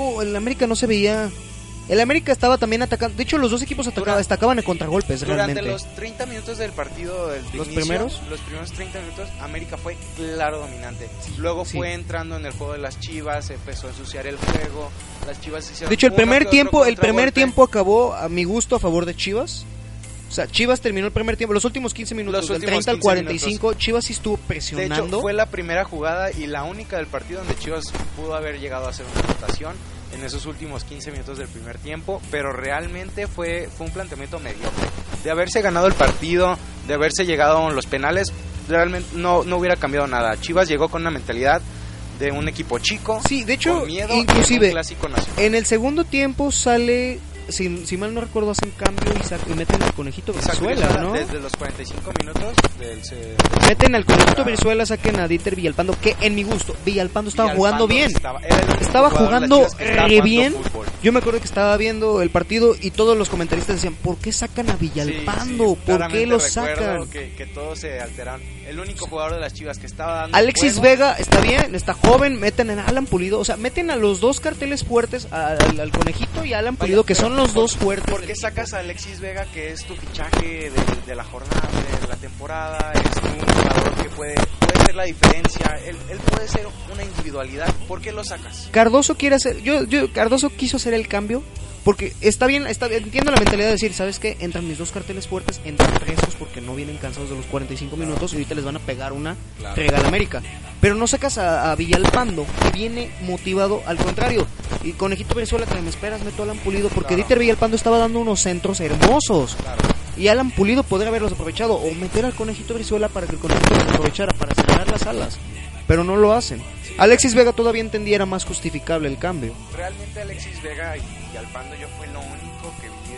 no se veía. El América estaba también atacando, de hecho los dos equipos atacaban en contragolpes Durante realmente. los 30 minutos del partido del ¿Los inicio, primeros? los primeros 30 minutos, América fue claro dominante. Luego sí. fue entrando en el juego de las Chivas, empezó a ensuciar el juego. Las Chivas hicieron De hecho, el uno que primer otro tiempo contragolpe. acabó a mi gusto a favor de Chivas. O sea, Chivas terminó el primer tiempo, los últimos 15 minutos, Los del últimos 30 al 15 45, Chivas sí estuvo De presionando. hecho, fue la primera jugada y la única del partido donde Chivas pudo haber llegado a hacer una anotación en esos últimos 15 minutos del primer tiempo, pero realmente fue un planteamiento mediocre. De haberse ganado el partido, de haberse llegado a los penales, realmente no hubiera cambiado nada. Chivas llegó con una mentalidad de un equipo chico, Sí, de hecho, con miedo, inclusive y un clásico nacional. en el segundo tiempo sale si mal no recuerdo, hacen cambio y meten al Conejito Brizuela, ¿no? Desde los 45 minutos meten al Conejito Brizuela, saquen a Dieter Villalpando, que en mi gusto, Villalpando estaba jugando bien. Estaba jugando re bien. Fútbol. Yo me acuerdo que estaba viendo el partido y todos los comentaristas decían, ¿por qué sacan a Villalpando? ¿Por qué lo sacan? Que todos se alteraron. El único jugador de las Chivas que estaba dando Alexis Vega está bien, está joven, meten a Alan Pulido, o sea, meten a los dos carteles fuertes, al Conejito y a Alan Pulido, que son los dos fuertes. ¿Por qué sacas a Alexis Vega, que es tu fichaje de la jornada, de la temporada? Es un jugador que puede ser la diferencia, él puede ser una individualidad. ¿Por qué lo sacas? Cardoso quiere hacer, Cardoso quiso hacer el cambio. Porque está bien, entiendo la mentalidad de decir, ¿sabes qué? Entran mis dos carteles fuertes, entran frescos porque no vienen cansados de los 45 minutos y ahorita les van a pegar una regala América. Pero no sacas a Villalpando, que viene motivado, al contrario. Y Conejito Brizuela, que me esperas, meto a Alan Pulido, porque Dieter Villalpando estaba dando unos centros hermosos. Y Alan Pulido podría haberlos aprovechado, o meter al Conejito Brizuela para que el Conejito los aprovechara, para cerrar las alas. Pero no lo hacen. Alexis Vega todavía entendiera más justificable el cambio. Realmente Alexis Vega y Villalpando yo fue lo único que vi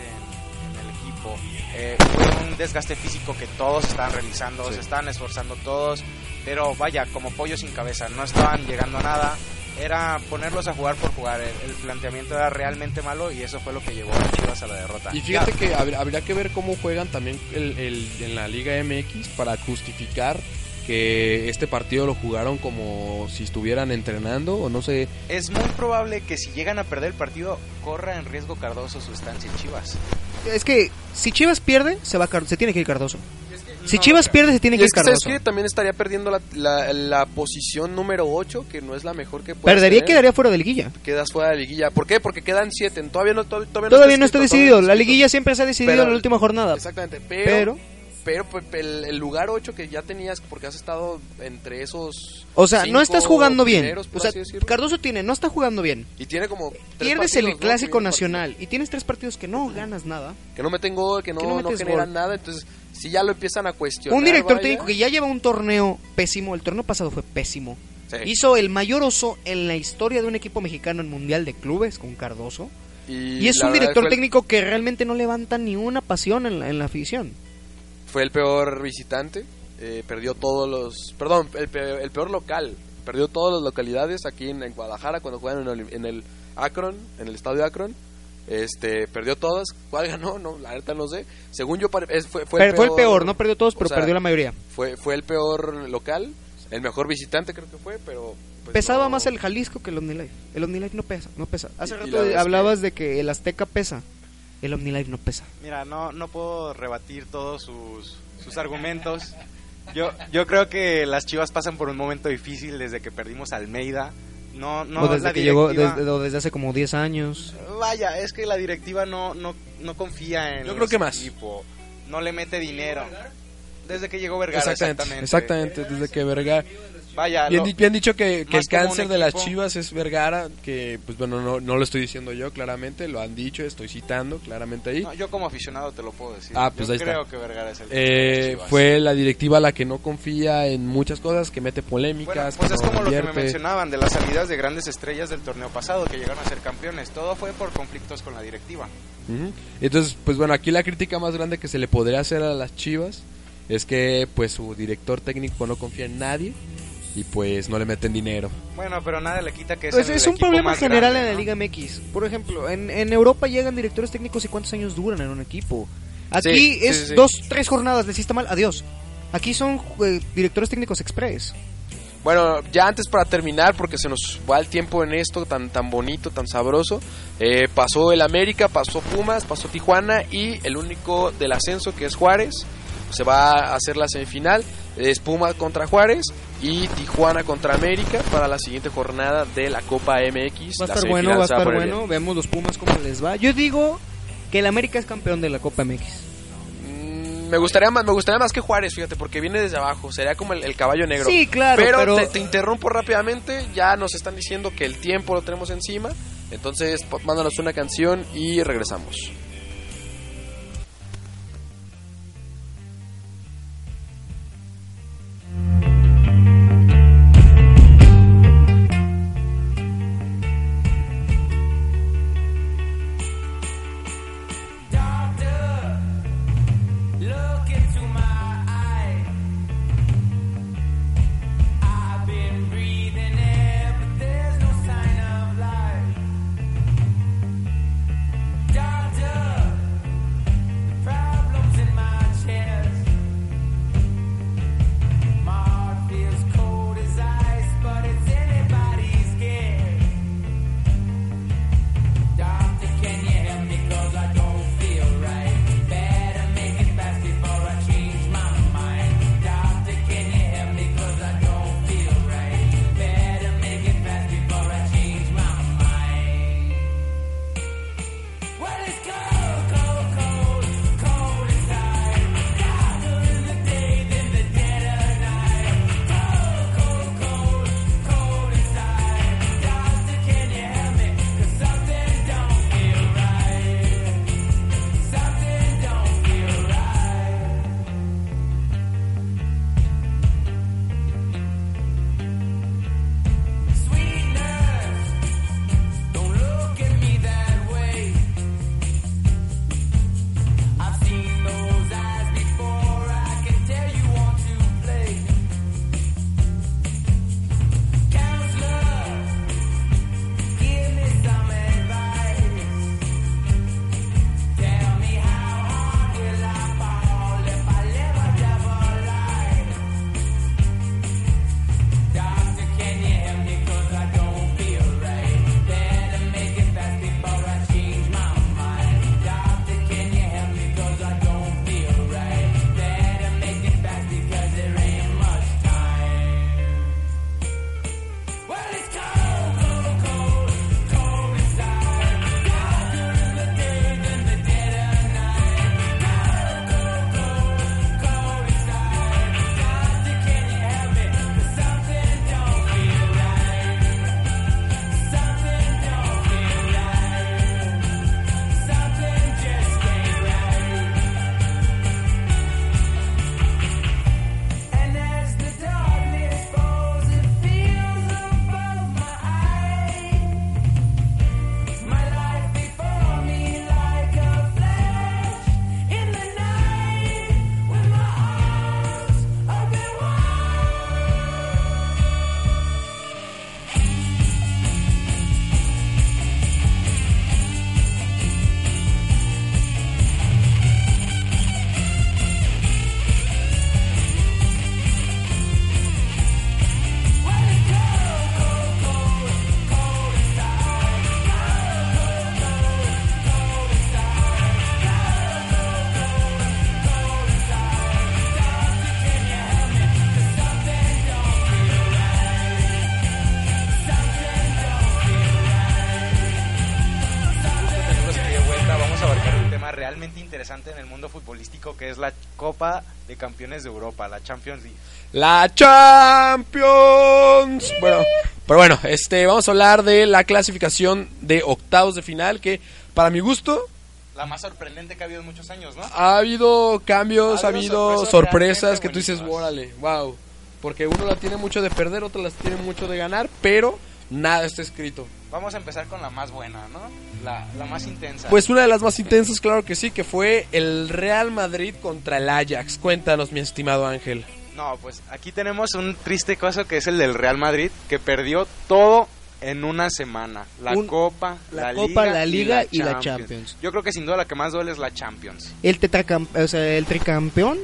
en el equipo. Fue un desgaste físico que todos estaban realizando, se estaban esforzando todos, pero vaya, como pollo sin cabeza, no estaban llegando a nada. Era ponerlos a jugar por jugar. El planteamiento era realmente malo y eso fue lo que llevó a Chivas a la derrota. Y fíjate que habría que ver cómo juegan también en la Liga MX para justificar que este partido lo jugaron como si estuvieran entrenando, o no sé. Es muy probable que si llegan a perder el partido corra en riesgo Cardoso su estancia en Chivas. Es que si Chivas pierde, se tiene que ir Cardoso. Si Chivas pierde, se tiene que ir Cardoso. ¿Sabes qué? También estaría perdiendo la posición número 8, que no es la mejor que puede perdería y quedaría fuera de liguilla. Quedas fuera de liguilla. ¿Por qué? Porque quedan 7. Todavía no está decidido. La liguilla siempre se ha decidido en la última jornada. Exactamente, pero pues, el lugar 8 que ya tenías, porque has estado entre esos. O sea, no estás jugando bien. O sea, Cardoso no está jugando bien. Y tiene como. Pierdes el Clásico Nacional y tienes 3 partidos que no ganas nada. Que no meten gol, que no generan nada. Entonces, si ya lo empiezan a cuestionar. Un director técnico que ya lleva un torneo pésimo. El torneo pasado fue pésimo. Sí. Hizo el mayor oso en la historia de un equipo mexicano en Mundial de Clubes con Cardoso. Y es un director técnico que realmente no levanta ni una pasión en la afición. Fue el peor visitante, perdió todos los... Perdón, el peor local, perdió todas las localidades aquí en Guadalajara cuando jugaron en el Akron, en el estadio Akron. Perdió todas. ¿Cuál ganó? No, la neta no sé. Según yo fue el peor, no perdió todos, pero perdió la mayoría. Fue el peor local, el mejor visitante creo que fue, pero... Pues pesaba más el Jalisco que el OmniLife. El OmniLife no pesa. Hace rato hablabas de que el Azteca pesa. El OmniLife no pesa. Mira, no puedo rebatir todos sus argumentos. Yo creo que las Chivas pasan por un momento difícil desde que perdimos a Almeida. O desde que llegó, desde hace como 10 años. Vaya, es que la directiva no confía en Yo creo que más. Equipo. No le mete dinero. Desde que llegó Vergara, exactamente, desde que Vergara. Vaya, bien dicho que el cáncer de las Chivas es Vergara, que pues bueno, no lo estoy diciendo yo claramente, lo han dicho, estoy citando claramente ahí. No, yo como aficionado te lo puedo decir. Pues yo ahí creo está. Que Vergara es el fue la directiva la que no confía en muchas cosas, que mete polémicas. Bueno, pues es como lo que me mencionaban de las salidas de grandes estrellas del torneo pasado que llegaron a ser campeones. Todo fue por conflictos con la directiva. Entonces, pues bueno, aquí la crítica más grande que se le podría hacer a las Chivas es que pues su director técnico no confía en nadie y pues no le meten dinero. Bueno, pero nada le quita que pues es un problema general grande, en la Liga MX. Por ejemplo, en Europa llegan directores técnicos y cuántos años duran en un equipo. Aquí es 2-3 jornadas, les hiciste mal, adiós. Aquí son directores técnicos express. Bueno, ya antes para terminar, porque se nos va el tiempo en esto tan bonito, tan sabroso, pasó el América, pasó Pumas, pasó Tijuana y el único del ascenso que es Juárez. Se va a hacer la semifinal, es Pumas contra Juárez y Tijuana contra América para la siguiente jornada de la Copa MX. Va a estar bueno, vemos los Pumas cómo les va. Yo digo que el América es campeón de la Copa MX. Me gustaría más que Juárez, fíjate, porque viene desde abajo, sería como el caballo negro. Sí, claro, pero te interrumpo rápidamente, ya nos están diciendo que el tiempo lo tenemos encima, entonces mándanos una canción y regresamos. realmente interesante en el mundo futbolístico, que es la Copa de Campeones de Europa, la Champions League. La Champions. Bueno, pero bueno, vamos a hablar de la clasificación de octavos de final, que para mi gusto La más sorprendente que ha habido en muchos años, ¿no? ha habido cambios, ha habido sorpresas que tú dices, buenísimas. órale, wow. Porque uno la tiene mucho de perder, otro las tiene mucho de ganar, pero nada está escrito. Vamos a empezar con la más buena, ¿no? La más intensa. Pues una de las más intensas, claro que sí, que fue el Real Madrid contra el Ajax. Cuéntanos, mi estimado Ángel. No, pues aquí tenemos un triste caso que es el del Real Madrid, que perdió todo en una semana. La Copa, la Liga y la Champions. Yo creo que sin duda la que más duele es la Champions. El tricampeón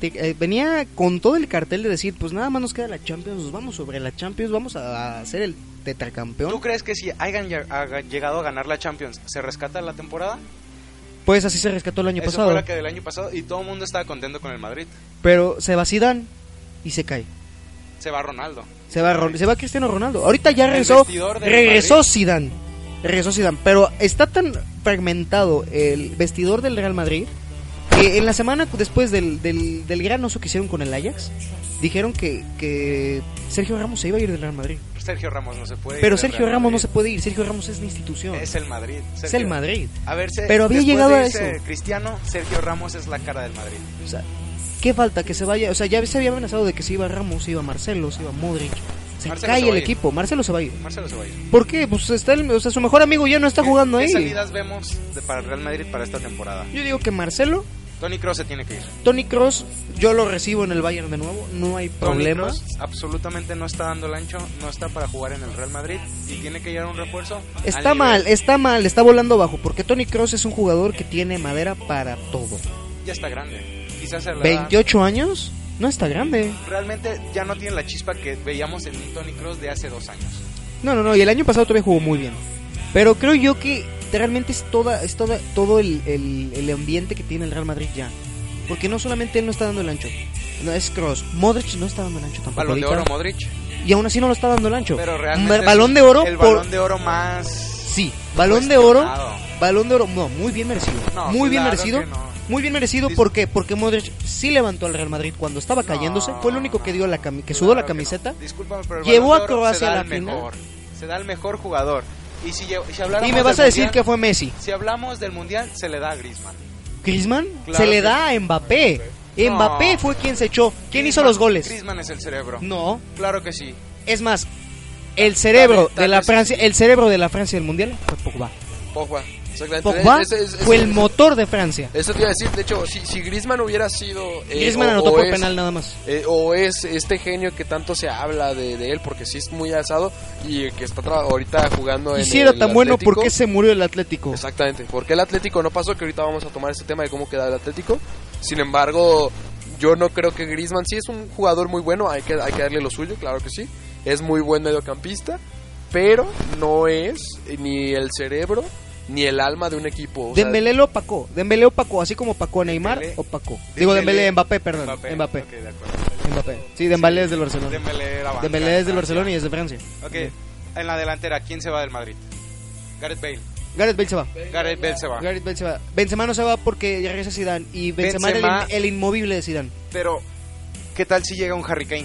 venía con todo el cartel de decir, pues nada más nos queda la Champions, nos vamos sobre la Champions, vamos a hacer el tetracampeón. ¿Tú crees que si hayan llegado a ganar la Champions, se rescata la temporada? Pues así se rescató el año Eso pasado. fue la que del año pasado y todo el mundo estaba contento con el Madrid. Pero se va Zidane y se cae. Se va Ronaldo. Se va Cristiano Ronaldo. Ahorita ya El regresó vestidor del regresó Madrid. Zidane. Regresó Zidane, pero está tan fragmentado el vestidor del Real Madrid que en la semana después del gran oso que hicieron con el Ajax, dijeron que Sergio Ramos se iba a ir del Real Madrid. Sergio Ramos no se puede ir. Pero del Sergio Real Ramos no Madrid. se puede ir. Sergio Ramos es la institución. Es el Madrid. Es el Madrid. A ver, Pero había después llegado de a irse eso. Cristiano, Sergio Ramos es la cara del Madrid. O sea, ¿qué falta? Que se vaya. O sea, ya se había amenazado de que se iba Ramos, se iba Marcelo, se iba Modric. Se Marcelo cae se va el a ir. equipo. Marcelo se va a ir. Marcelo se va a ir. ¿Por qué? Pues su mejor amigo ya no está jugando ¿Qué ahí. salidas vemos para el Real Madrid para esta temporada? Yo digo que Marcelo, Toni Kroos se tiene que ir. Toni Kroos, yo lo recibo en el Bayern de nuevo, no hay Toni problema. Kroos absolutamente no está dando el ancho, no está para jugar en el Real Madrid y tiene que llegar un refuerzo. Está al mal, nivel- está volando bajo, porque Toni Kroos es un jugador que tiene madera para todo. Ya está grande. Quizás a la edad 28 años, no está grande. realmente ya no tiene la chispa que veíamos en un Toni Kroos de hace 2 años. No, y el año pasado todavía jugó muy bien. Pero creo yo que realmente es todo el ambiente que tiene el Real Madrid ya. Porque no solamente él no está dando el ancho, no es Kroos, Modric no está dando el ancho tampoco. Balón de ahorita. oro Modric, Y aún así no lo está dando el ancho. pero realmente Balón es de oro el por... balón de oro más Sí, balón de oro, cuestionado. no, muy bien merecido. No, Muy bien claro merecido. que no. Muy bien merecido, ¿por qué? Porque Modric sí levantó al Real Madrid cuando estaba cayéndose, fue el único que dio que sudó la Claro que camiseta. no. Discúlpame, pero el Llevó Balón a de Oro Croacia se da a la al final. mejor. Se da el mejor jugador. Y si habláramos Y me vas del a decir mundial, que fue Messi. si hablamos del mundial, se le da a Griezmann. Griezmann Claro se le que da a Mbappé. No. Mbappé fue quien se echó. ¿Quién hizo los goles? Griezmann es el cerebro. No, Claro que sí. es más, el cerebro Tal de la vez Francia, sí. el cerebro de la Francia del mundial fue Pogba. Pogba, exactamente. Pogba Ese- fue el motor de Francia. Eso te iba a decir, de hecho, si Griezmann hubiera sido... Griezmann anotó por penal nada más. O es este genio que tanto se habla de él, porque sí es muy alzado y que está ahorita jugando en Y si era el tan bueno, Atlético. ¿por qué se murió el Atlético? Exactamente, porque el Atlético no pasó, que ahorita vamos a tomar este tema de cómo queda el Atlético. Sin embargo, yo no creo que Griezmann, sí es un jugador muy bueno, hay que darle lo suyo, claro que sí. Es muy buen mediocampista, pero no es ni el cerebro ni el alma de un equipo. O sea, Dembélé lo opacó, así como opacó a Neymar, Dembélé. opacó. Digo Dembélé. Mbappé, perdón, Mbappé. Ok, de acuerdo. Mbappé. Sí, Dembélé es del Barcelona. Dembélé era banca Dembélé es del en Barcelona y es Francia. de Francia. Ok, en la delantera, ¿quién se va del Madrid? Gareth Bale. Gareth Bale se va. Gareth Bale se va. Gareth Bale se va. Benzema no se va porque ya regresa Zidane y Benzema, Benzema- el inmovible de Zidane. Pero, ¿qué tal si llega un Harry Kane?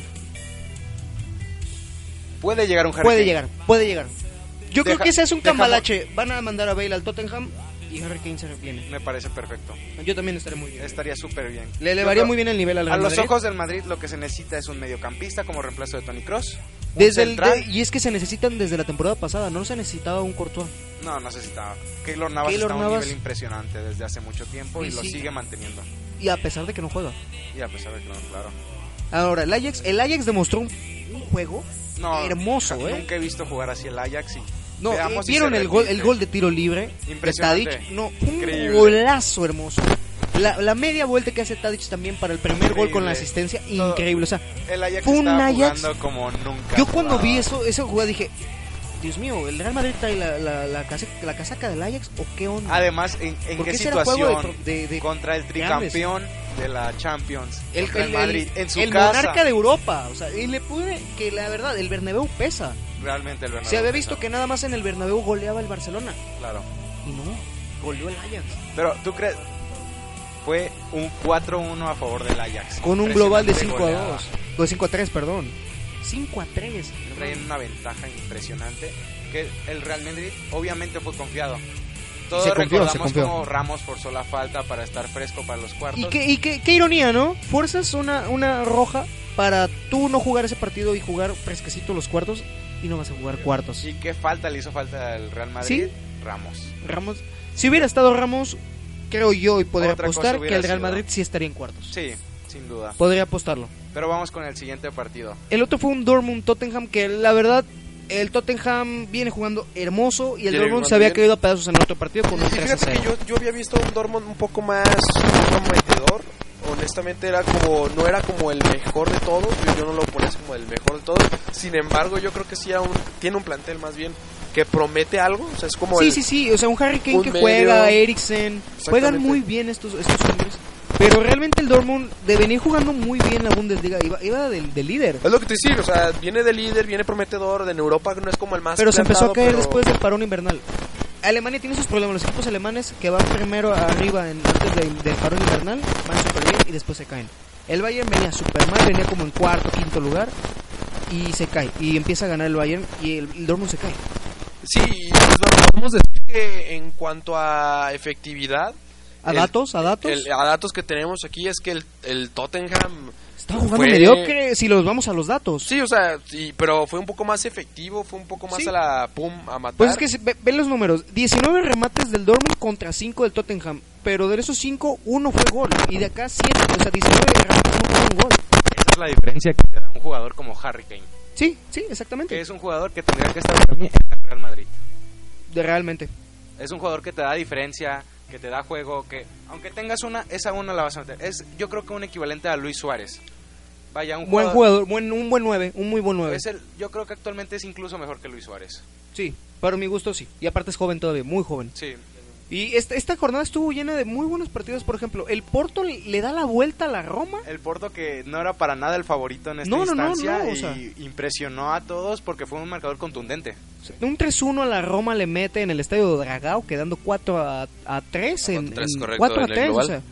Puede llegar un Harry Puede Kane. llegar. Yo creo Deja- que ese es un dejamos- cambalache. Van a mandar a Bale al Tottenham y Harry Kane se viene. Me parece perfecto. Yo también estaré muy bien. Estaría súper bien. Le Yo elevaría creo- muy bien el nivel al A Real los Madrid. ojos del Madrid lo que se necesita es un mediocampista como reemplazo de Toni Kroos. Un Desde central. y es que se necesitan desde la temporada pasada, no se necesitaba un Courtois. No necesitaba. Keylor Navas Keylor está a un Navas- nivel impresionante desde hace mucho tiempo y Y lo sí. sigue manteniendo. Y a pesar de que no juega. Y a pesar de que no, claro. Ahora, el Ajax demostró un juego No, hermoso, nunca he visto jugar así el Ajax. No, veamos si ¿vieron se el gol repite. de tiro libre de Impresionante. Tadic? No, un Increíble. golazo hermoso. La media vuelta que hace Tadic también para el primer gol con la asistencia, Todo- increíble. O sea, El Ajax fue un estaba Ajax- jugando como nunca. yo cuando jugaba. vi esa jugada dije, Dios mío, ¿el Real Madrid trae la casaca del Ajax o qué onda? Además, ¿en Porque qué ese era juego situación? de Contra el tricampeón de la Champions. el contra el Madrid. En su el casa. monarca de Europa. O sea, y le pude que la verdad, el Bernabéu pesa. Realmente el Bernabéu. Se había pesa. visto que nada más en el Bernabéu goleaba el Barcelona. Claro. Y no, goleó el Ajax. Pero, ¿tú crees? fue un 4-1 a favor del Ajax. Con un global de Impresionante 5-2. goleada. O 5-3, perdón. 5-3. Traen una ventaja impresionante que el Real Madrid obviamente fue confiado. Todos recordamos cómo Ramos forzó la falta para estar fresco para los cuartos. Y qué ironía, ¿no? Fuerzas una roja para tú no jugar ese partido y jugar fresquecito los cuartos y no vas a jugar cuartos. ¿Y qué falta le hizo falta al Real Madrid? ¿Sí? Ramos. Si hubiera estado Ramos, creo yo y podría Otra cosa apostar que hubiera el Real sido. Madrid sí estaría en cuartos. Sí, sin duda. Podría apostarlo. Pero vamos con el siguiente partido. El otro fue un Dortmund-Tottenham que la verdad el Tottenham viene jugando hermoso y el Dortmund se había caído a pedazos en el otro partido con un 3-0. Fíjate que yo había visto un Dortmund un poco más prometedor. Honestamente no era como el mejor de todos, yo no lo ponía como el mejor de todos. Sin embargo, yo creo que sí tiene un plantel más bien que promete algo, o sea, es como sí, o sea, un Harry Kane que medio, juega, Eriksen, juegan muy bien estos hombres. Pero realmente el Dortmund de venir jugando muy bien la Bundesliga iba del líder. Es lo que te decía, o sea, viene de líder, viene prometedor, en Europa no es como el más pero se empezó a caer pero... después del parón invernal. Alemania tiene esos problemas, los equipos alemanes que van primero arriba antes del parón invernal van súper bien y después se caen. El Bayern venía súper mal, venía como en cuarto, quinto lugar y se cae. Y empieza a ganar el Bayern y el Dortmund se cae. Sí, pues podemos decir que en cuanto a efectividad... ¿A datos que tenemos aquí es que el Tottenham... Está jugando mediocre si los vamos a los datos. Sí, o sea, pero fue un poco más efectivo, fue un poco más a matar. Pues es que ven los números, 19 remates del Dortmund contra 5 del Tottenham, pero de esos 5, 1 fue gol, y de acá 7, o sea, 19 remates no fueron gol. Esa es la diferencia que te da un jugador como Harry Kane. Sí, exactamente. Que es un jugador que tendría que estar para mí en el Real Madrid. Realmente. Es un jugador que te da diferencia, que te da juego, que aunque tengas esa una la vas a meter. Yo creo que un equivalente a Luis Suárez. Vaya, un buen jugador, un buen 9, un muy buen 9. Yo creo que actualmente es incluso mejor que Luis Suárez. Sí, para mi gusto sí. Y aparte es joven todavía, muy joven. Sí. Y esta jornada estuvo llena de muy buenos partidos. Por ejemplo, el Porto le da la vuelta a la Roma. El Porto que no era para nada el favorito en esta instancia y impresionó a todos porque fue un marcador contundente. Un 3-1 a la Roma le mete en el estadio de Dragao, quedando 4-3 en 4-3, o sea,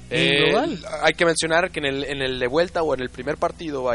hay que mencionar que en el de vuelta o en el primer partido,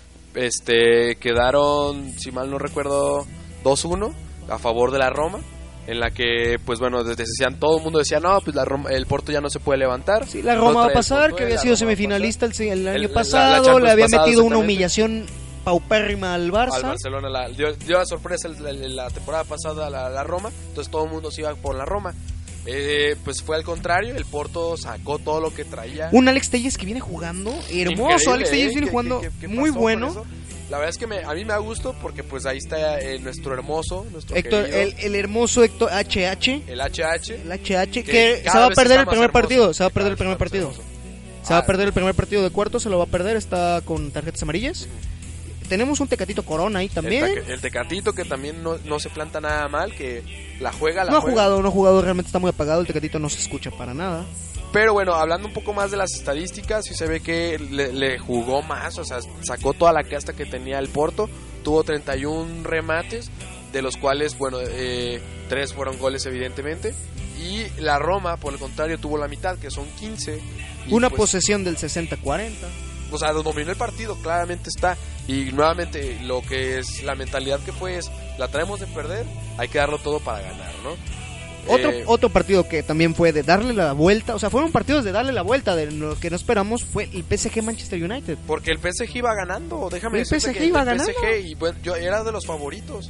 quedaron, si mal no recuerdo, 2-1 a favor de la Roma. En la que, pues bueno, todo el mundo decía, no, pues el Porto ya no se puede levantar. Sí, la Roma va a pasar, que había sido semifinalista el año pasado, le había metido una humillación paupérrima al Barça. Al Barcelona, dio la sorpresa la temporada pasada a la Roma, entonces todo el mundo se iba por la Roma. Pues fue al contrario, el Porto sacó todo lo que traía. Un Alex Telles que viene jugando hermoso. Increíble, Alex Telles viene jugando muy bueno. La verdad es que a mí me da gusto porque pues ahí está nuestro hermoso, Héctor, el hermoso Héctor HH. El HH que se va a perder el primer partido. Se va a perder el primer partido. Se va a perder el primer partido de cuartos, se lo va a perder, está con tarjetas amarillas. Tenemos un Tecatito Corona ahí también. El Tecatito que también no se planta nada mal, que la juega. No ha jugado, realmente está muy apagado. El Tecatito no se escucha para nada. Pero bueno, hablando un poco más de las estadísticas, sí se ve que le jugó más, o sea, sacó toda la casta que tenía el Porto, tuvo 31 remates, de los cuales, bueno, 3 fueron goles evidentemente, y la Roma, por el contrario, tuvo la mitad, que son 15. Una posesión del 60-40. O sea, dominó el partido, claramente está, y nuevamente lo que es la mentalidad que fue es, la traemos de perder, hay que darlo todo para ganar, ¿no? Otro partido que también fue de darle la vuelta, o sea, fueron partidos de darle la vuelta, de lo que no esperamos fue el PSG Manchester United. Porque el PSG iba ganando, déjame decirte que el PSG, y bueno, yo era de los favoritos,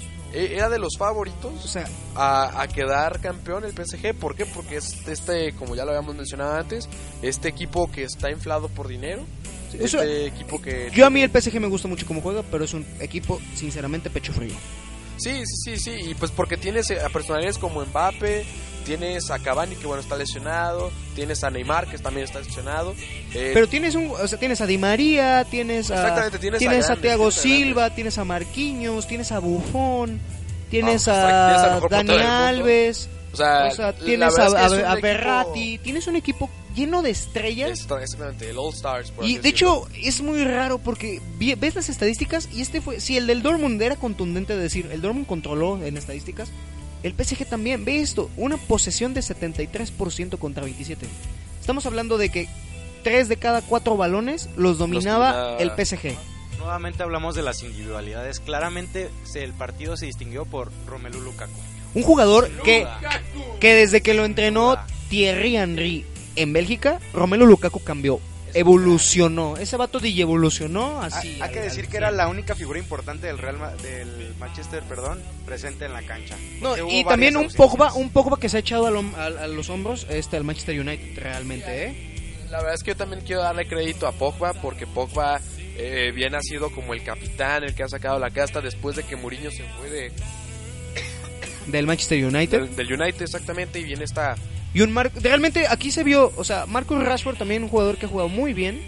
o sea, a quedar campeón el PSG. ¿Por qué? Porque es como ya lo habíamos mencionado antes, este equipo que está inflado por dinero. Equipo que... Yo a mí el PSG me gusta mucho cómo juega, pero es un equipo sinceramente pecho frío. Sí, y pues porque tienes a personalidades como Mbappé, tienes a Cavani que bueno está lesionado, tienes a Neymar que también está lesionado. Pero tienes tienes a Di María, tienes a Thiago Silva, tienes a Marquinhos, tienes a Buffon, tienes a Dani Alves, o sea tienes a Verratti, tienes un equipo lleno de estrellas. Exactamente, el All Stars. Y de hecho es muy raro porque ves las estadísticas y si el del Dortmund era contundente de decir, el Dortmund controló en estadísticas, el PSG también, ve esto, una posesión de 73% contra 27. Estamos hablando de que 3 de cada 4 balones los dominaba el PSG. Nuevamente hablamos de las individualidades. Claramente el partido se distinguió por Romelu Lukaku. Un jugador que desde que lo entrenó Thierry Henry en Bélgica, Romelu Lukaku cambió, evolucionó. Ese vato de evolucionó así. Hay que decir que era la única figura importante del Manchester, presente en la cancha. No, y también un Pogba que se ha echado a los hombros al Manchester United realmente, La verdad es que yo también quiero darle crédito a Pogba, porque Pogba bien ha sido como el capitán, el que ha sacado la casta después de que Mourinho se fue del Manchester United. Del United, exactamente, y viene esta... Y realmente aquí se vio, o sea, Marcus Rashford también un jugador que ha jugado muy bien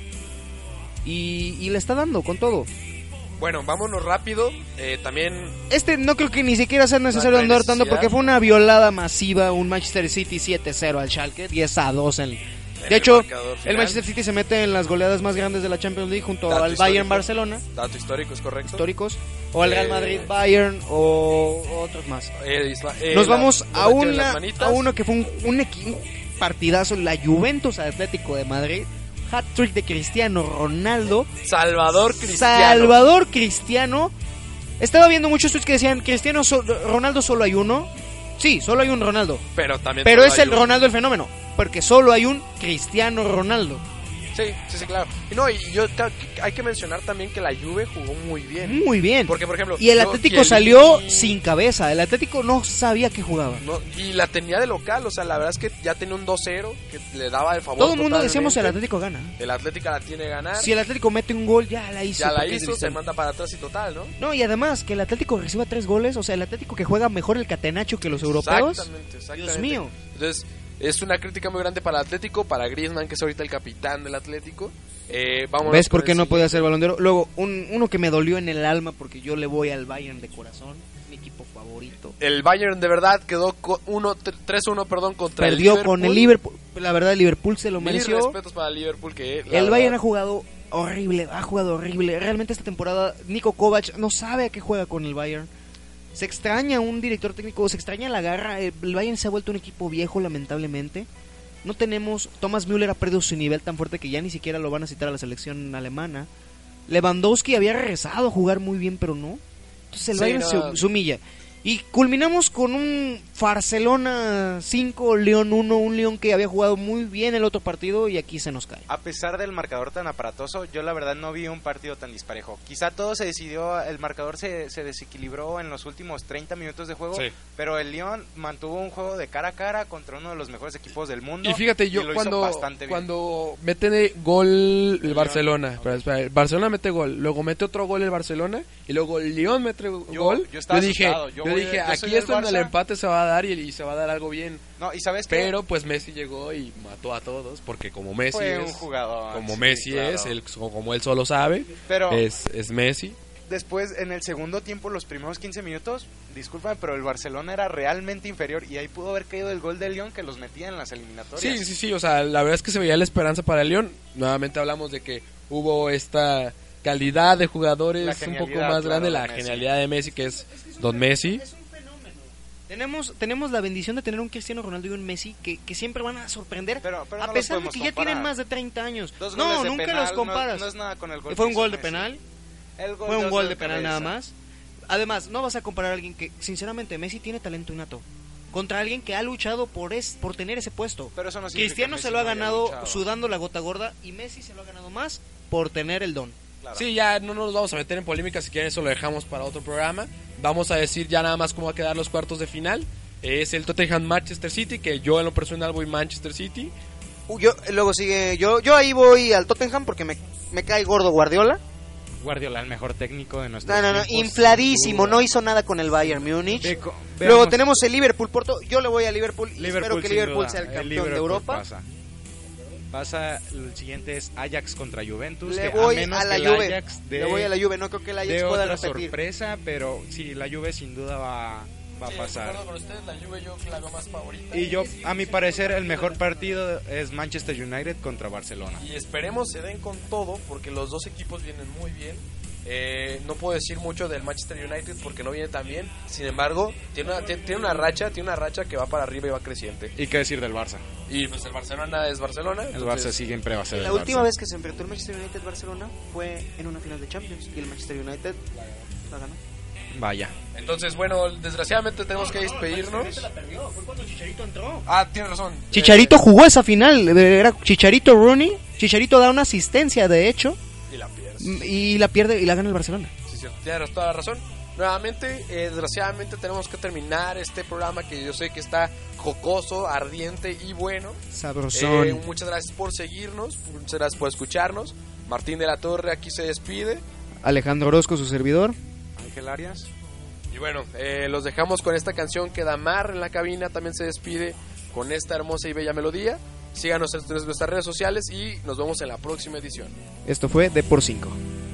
y le está dando con todo. Bueno, vámonos rápido, también... No creo que ni siquiera sea necesario andar tanto porque fue una violada masiva, un Manchester City 7-0 al Schalke, 10-2 de hecho, el Manchester City se mete en las goleadas más grandes de la Champions League junto al Bayern Barcelona. Dato histórico, es correcto. Históricos. O al Real Madrid Bayern o otros más. Nos vamos a uno que fue un partidazo, la Juventus Atlético de Madrid. Hat-trick de Cristiano Ronaldo. Salvador Cristiano. Estaba viendo muchos tweets que decían Ronaldo solo hay uno. Sí, solo hay un Ronaldo. Pero es el Ronaldo el fenómeno. Porque solo hay un Cristiano Ronaldo. Sí, claro. Y hay que mencionar también que la Juve jugó muy bien. Muy bien. Porque, por ejemplo... Y el Atlético salió sin cabeza. El Atlético no sabía que jugaba. No, y la tenía de local. O sea, la verdad es que ya tenía un 2-0 que le daba el favor. Todo el mundo decíamos el Atlético gana. El Atlético la tiene que ganar. Si el Atlético mete un gol, ya la hizo. Se manda para atrás y total, ¿no? No, y además que el Atlético reciba 3 goles. O sea, el Atlético que juega mejor el catenacho que los europeos. Exactamente. Dios mío. Entonces... es una crítica muy grande para el Atlético, para Griezmann, que es ahorita el capitán del Atlético. ¿Ves por qué no podía ser Balón de Oro? Luego, uno que me dolió en el alma porque yo le voy al Bayern de corazón, mi equipo favorito. El Bayern de verdad quedó 3-1 contra el Liverpool. Perdió con el Liverpool. La verdad, el Liverpool se lo mereció. Mis respetos para el Liverpool. El Bayern ha jugado horrible. Realmente esta temporada Niko Kovac no sabe a qué juega con el Bayern. Se extraña un director técnico, se extraña la garra. El Bayern se ha vuelto un equipo viejo, lamentablemente. No tenemos... Thomas Müller ha perdido su nivel tan fuerte que ya ni siquiera lo van a citar a la selección alemana. Lewandowski había regresado a jugar muy bien, pero no. Entonces el Bayern se humilla. Y culminamos con un Barcelona 5, León 1, un León que había jugado muy bien el otro partido y aquí se nos cae. A pesar del marcador tan aparatoso, yo la verdad no vi un partido tan disparejo. Quizá todo se decidió, el marcador se desequilibró en los últimos 30 minutos de juego, pero el León mantuvo un juego de cara a cara contra uno de los mejores equipos del mundo. Y fíjate, yo cuando mete gol el Barcelona, el Barcelona mete gol, luego mete otro gol el Barcelona y luego el León mete gol, yo dije, aquí es donde el empate se va a dar y se va a dar algo bien. No, ¿y sabes qué? Pero pues Messi llegó y mató a todos, porque como Messi fue es un jugador, como Messi claro. Como él solo sabe, pero es Messi. Después, en el segundo tiempo, los primeros 15 minutos, disculpa, pero el Barcelona era realmente inferior y ahí pudo haber caído el gol del León que los metía en las eliminatorias. Sí, o sea, la verdad es que se veía la esperanza para el León. Nuevamente hablamos de que hubo esta calidad de jugadores un poco más grande, la genialidad de Messi, que es Don Messi. Tenemos la bendición de tener un Cristiano Ronaldo y un Messi que siempre van a sorprender, pero a no pesar de que comparar. Ya tienen más de 30 años. Nunca los comparas. No es nada con el gol. Fue un gol de penal. Fue un gol de penal nada más. Además, no vas a comparar a alguien que, sinceramente, Messi tiene talento innato contra alguien que ha luchado por tener ese puesto. Pero eso no Cristiano se lo ha ganado sudando la gota gorda y Messi se lo ha ganado más por tener el don. Claro. Sí, ya no nos vamos a meter en polémica, si quieren eso lo dejamos para otro programa. Vamos a decir ya nada más cómo va a quedar los cuartos de final. Es el Tottenham Manchester City, que yo en lo personal voy Manchester City. Luego sigue, yo ahí voy al Tottenham porque me cae gordo Guardiola, el mejor técnico de nuestro No, infladísimo, no hizo nada con el Bayern Múnich. Luego tenemos el Liverpool Porto, yo le voy a Liverpool y espero que Liverpool sea el campeón de Europa. Pasa, el siguiente es Ajax contra Juventus. Le voy a la Juve, no creo que el Ajax pueda repetir. Sorpresa, pero sí, la Juve sin duda va a pasar. Con ustedes, la Juve yo la veo más favorita. Y yo, a mi parecer, el mejor partido es Manchester United contra Barcelona. Y esperemos se den con todo, porque los dos equipos vienen muy bien. No puedo decir mucho del Manchester United porque no viene tan bien. Sin embargo, tiene una racha que va para arriba y va creciente. ¿Y qué decir del Barça? Y pues el Barcelona es Barcelona. El Barça siempre va a ser La última vez que se enfrentó el Manchester United-Barcelona fue en una final de Champions y el Manchester United la ganó. Vaya. Entonces, bueno, desgraciadamente tenemos que despedirnos. Fue cuando Chicharito entró. Tienes razón. Chicharito jugó esa final. Era Chicharito Rooney. Chicharito da una asistencia, de hecho. Y la pierde y la gana el Barcelona. Sí, cierto. Tienes toda la razón. Nuevamente, desgraciadamente tenemos que terminar este programa que yo sé que está jocoso, ardiente y bueno. Sabrosón. Muchas gracias por seguirnos, muchas gracias por escucharnos. Martín de la Torre aquí se despide. Alejandro Orozco, su servidor. Ángel Arias. Y bueno, los dejamos con esta canción que Damar en la cabina también se despide con esta hermosa y bella melodía. Síganos en nuestras redes sociales y nos vemos en la próxima edición. Esto fue De por 5.